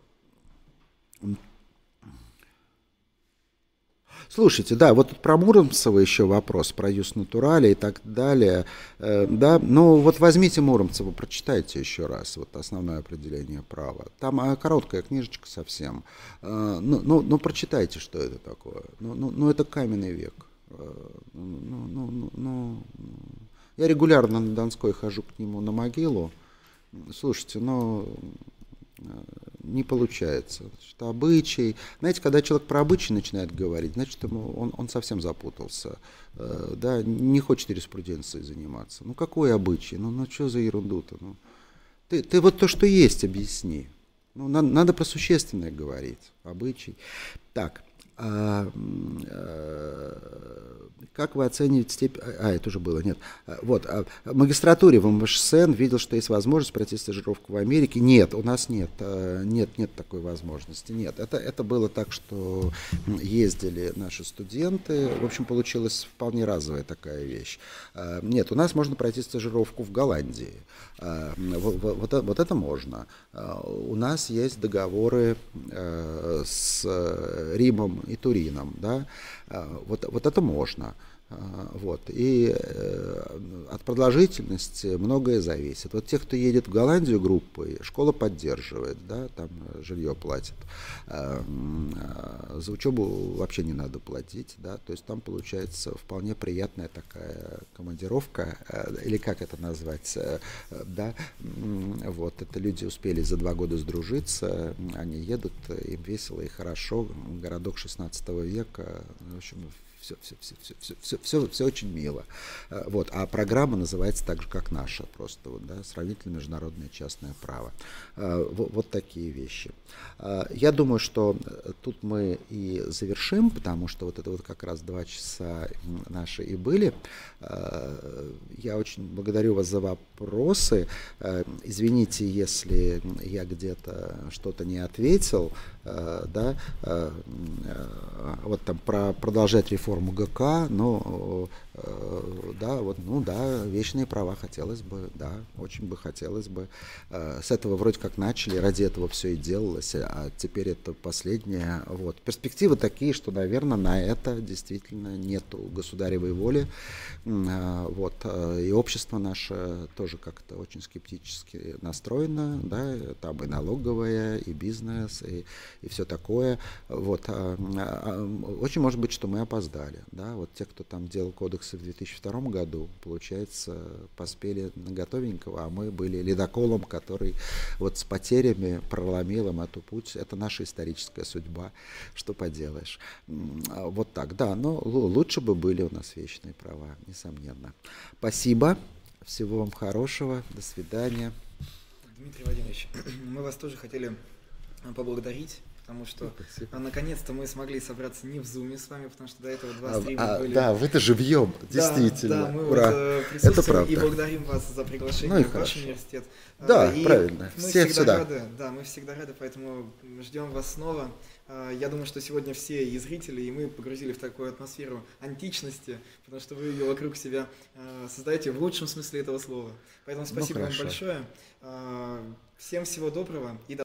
Слушайте, да, вот тут про Муромцева еще вопрос, про юс натурале и так далее. Э, да, ну вот возьмите Муромцева, прочитайте еще раз, вот основное определение права. Там э, короткая книжечка совсем. Э, ну, ну, ну, прочитайте, что это такое. Ну, ну, ну это каменный век. Э, ну, ну, ну, ну, я регулярно на Донской хожу к нему на могилу. Слушайте, ну... не получается. Значит, обычай. Знаете, когда человек про обычай начинает говорить, значит, ему, он, он совсем запутался. Э, да, не хочет юриспруденцией заниматься. Ну, какой обычай? Ну, ну что за ерунду-то? Ну, ты, ты вот то, что есть, объясни. Ну, надо, надо про существенное говорить. Обычай. Так, А, а, как вы оцениваете степень... А, это уже было, нет. Вот, а в магистратуре в эм вэ ш эс эн видел, что есть возможность пройти стажировку в Америке. Нет, у нас нет. Нет, нет такой возможности. Нет, это, это было так, что ездили наши студенты. В общем, получилась вполне разовая такая вещь. Нет, у нас можно пройти стажировку в Голландии. Вот, вот, вот это можно. У нас есть договоры с Римом и Турином, да, вот, вот это можно. Вот. И от продолжительности многое зависит. Вот те, кто едет в Голландию группой, школа поддерживает, да, там жилье платит. За учебу вообще не надо платить, да, то есть там получается вполне приятная такая командировка, или как это назвать, да, вот, это люди успели за два года сдружиться, они едут, им весело и хорошо, городок шестнадцатого века, в общем, все, все, все, все, все, все, все, все очень мило. Вот. А программа называется так же, как наша, просто вот, да, сравнительно международное частное право. Вот, вот такие вещи. Я думаю, что тут мы и завершим, потому что вот это вот как раз два часа наши и были. Я очень благодарю вас за вопросы. Извините, если я где-то что-то не ответил, да, вот там про продолжать реформу гэ ка, но да, вот, ну да, вечные права хотелось бы, да, очень бы хотелось бы. С этого вроде как начали, ради этого все и делалось, а теперь это последнее. Вот. Перспективы такие, что, наверное, на это действительно нету государевой воли. Вот. И общество наше тоже как-то очень скептически настроено, да, там и налоговая, и бизнес, и, и все такое. Вот. Очень может быть, что мы опоздали, да, вот те, кто там делал кодексы в две тысячи втором году, получается, поспели на готовенького, а мы были ледоколом, который вот с потерями проломил им эту путь. Это наша историческая судьба, что поделаешь. Вот так, да, но лучше бы были у нас вечные права, несомненно. Спасибо, всего вам хорошего, до свидания. Дмитрий Владимирович, мы вас тоже хотели поблагодарить. Потому что а, наконец-то мы смогли собраться не в зуме с вами, потому что до этого два стрима а, были. Да, вы-то живьем, действительно. Да, да, мы Ура. Вот, присутствуем это правда. И благодарим вас за приглашение ну, в ваш университет. Да, и правильно. Мы все всегда сюда. рады, да, мы всегда рады, поэтому ждем вас снова. Я думаю, что сегодня все и зрители, и мы погрузили в такую атмосферу античности, потому что вы ее вокруг себя создаете в лучшем смысле этого слова. Поэтому спасибо ну, вам большое. Всем всего доброго и до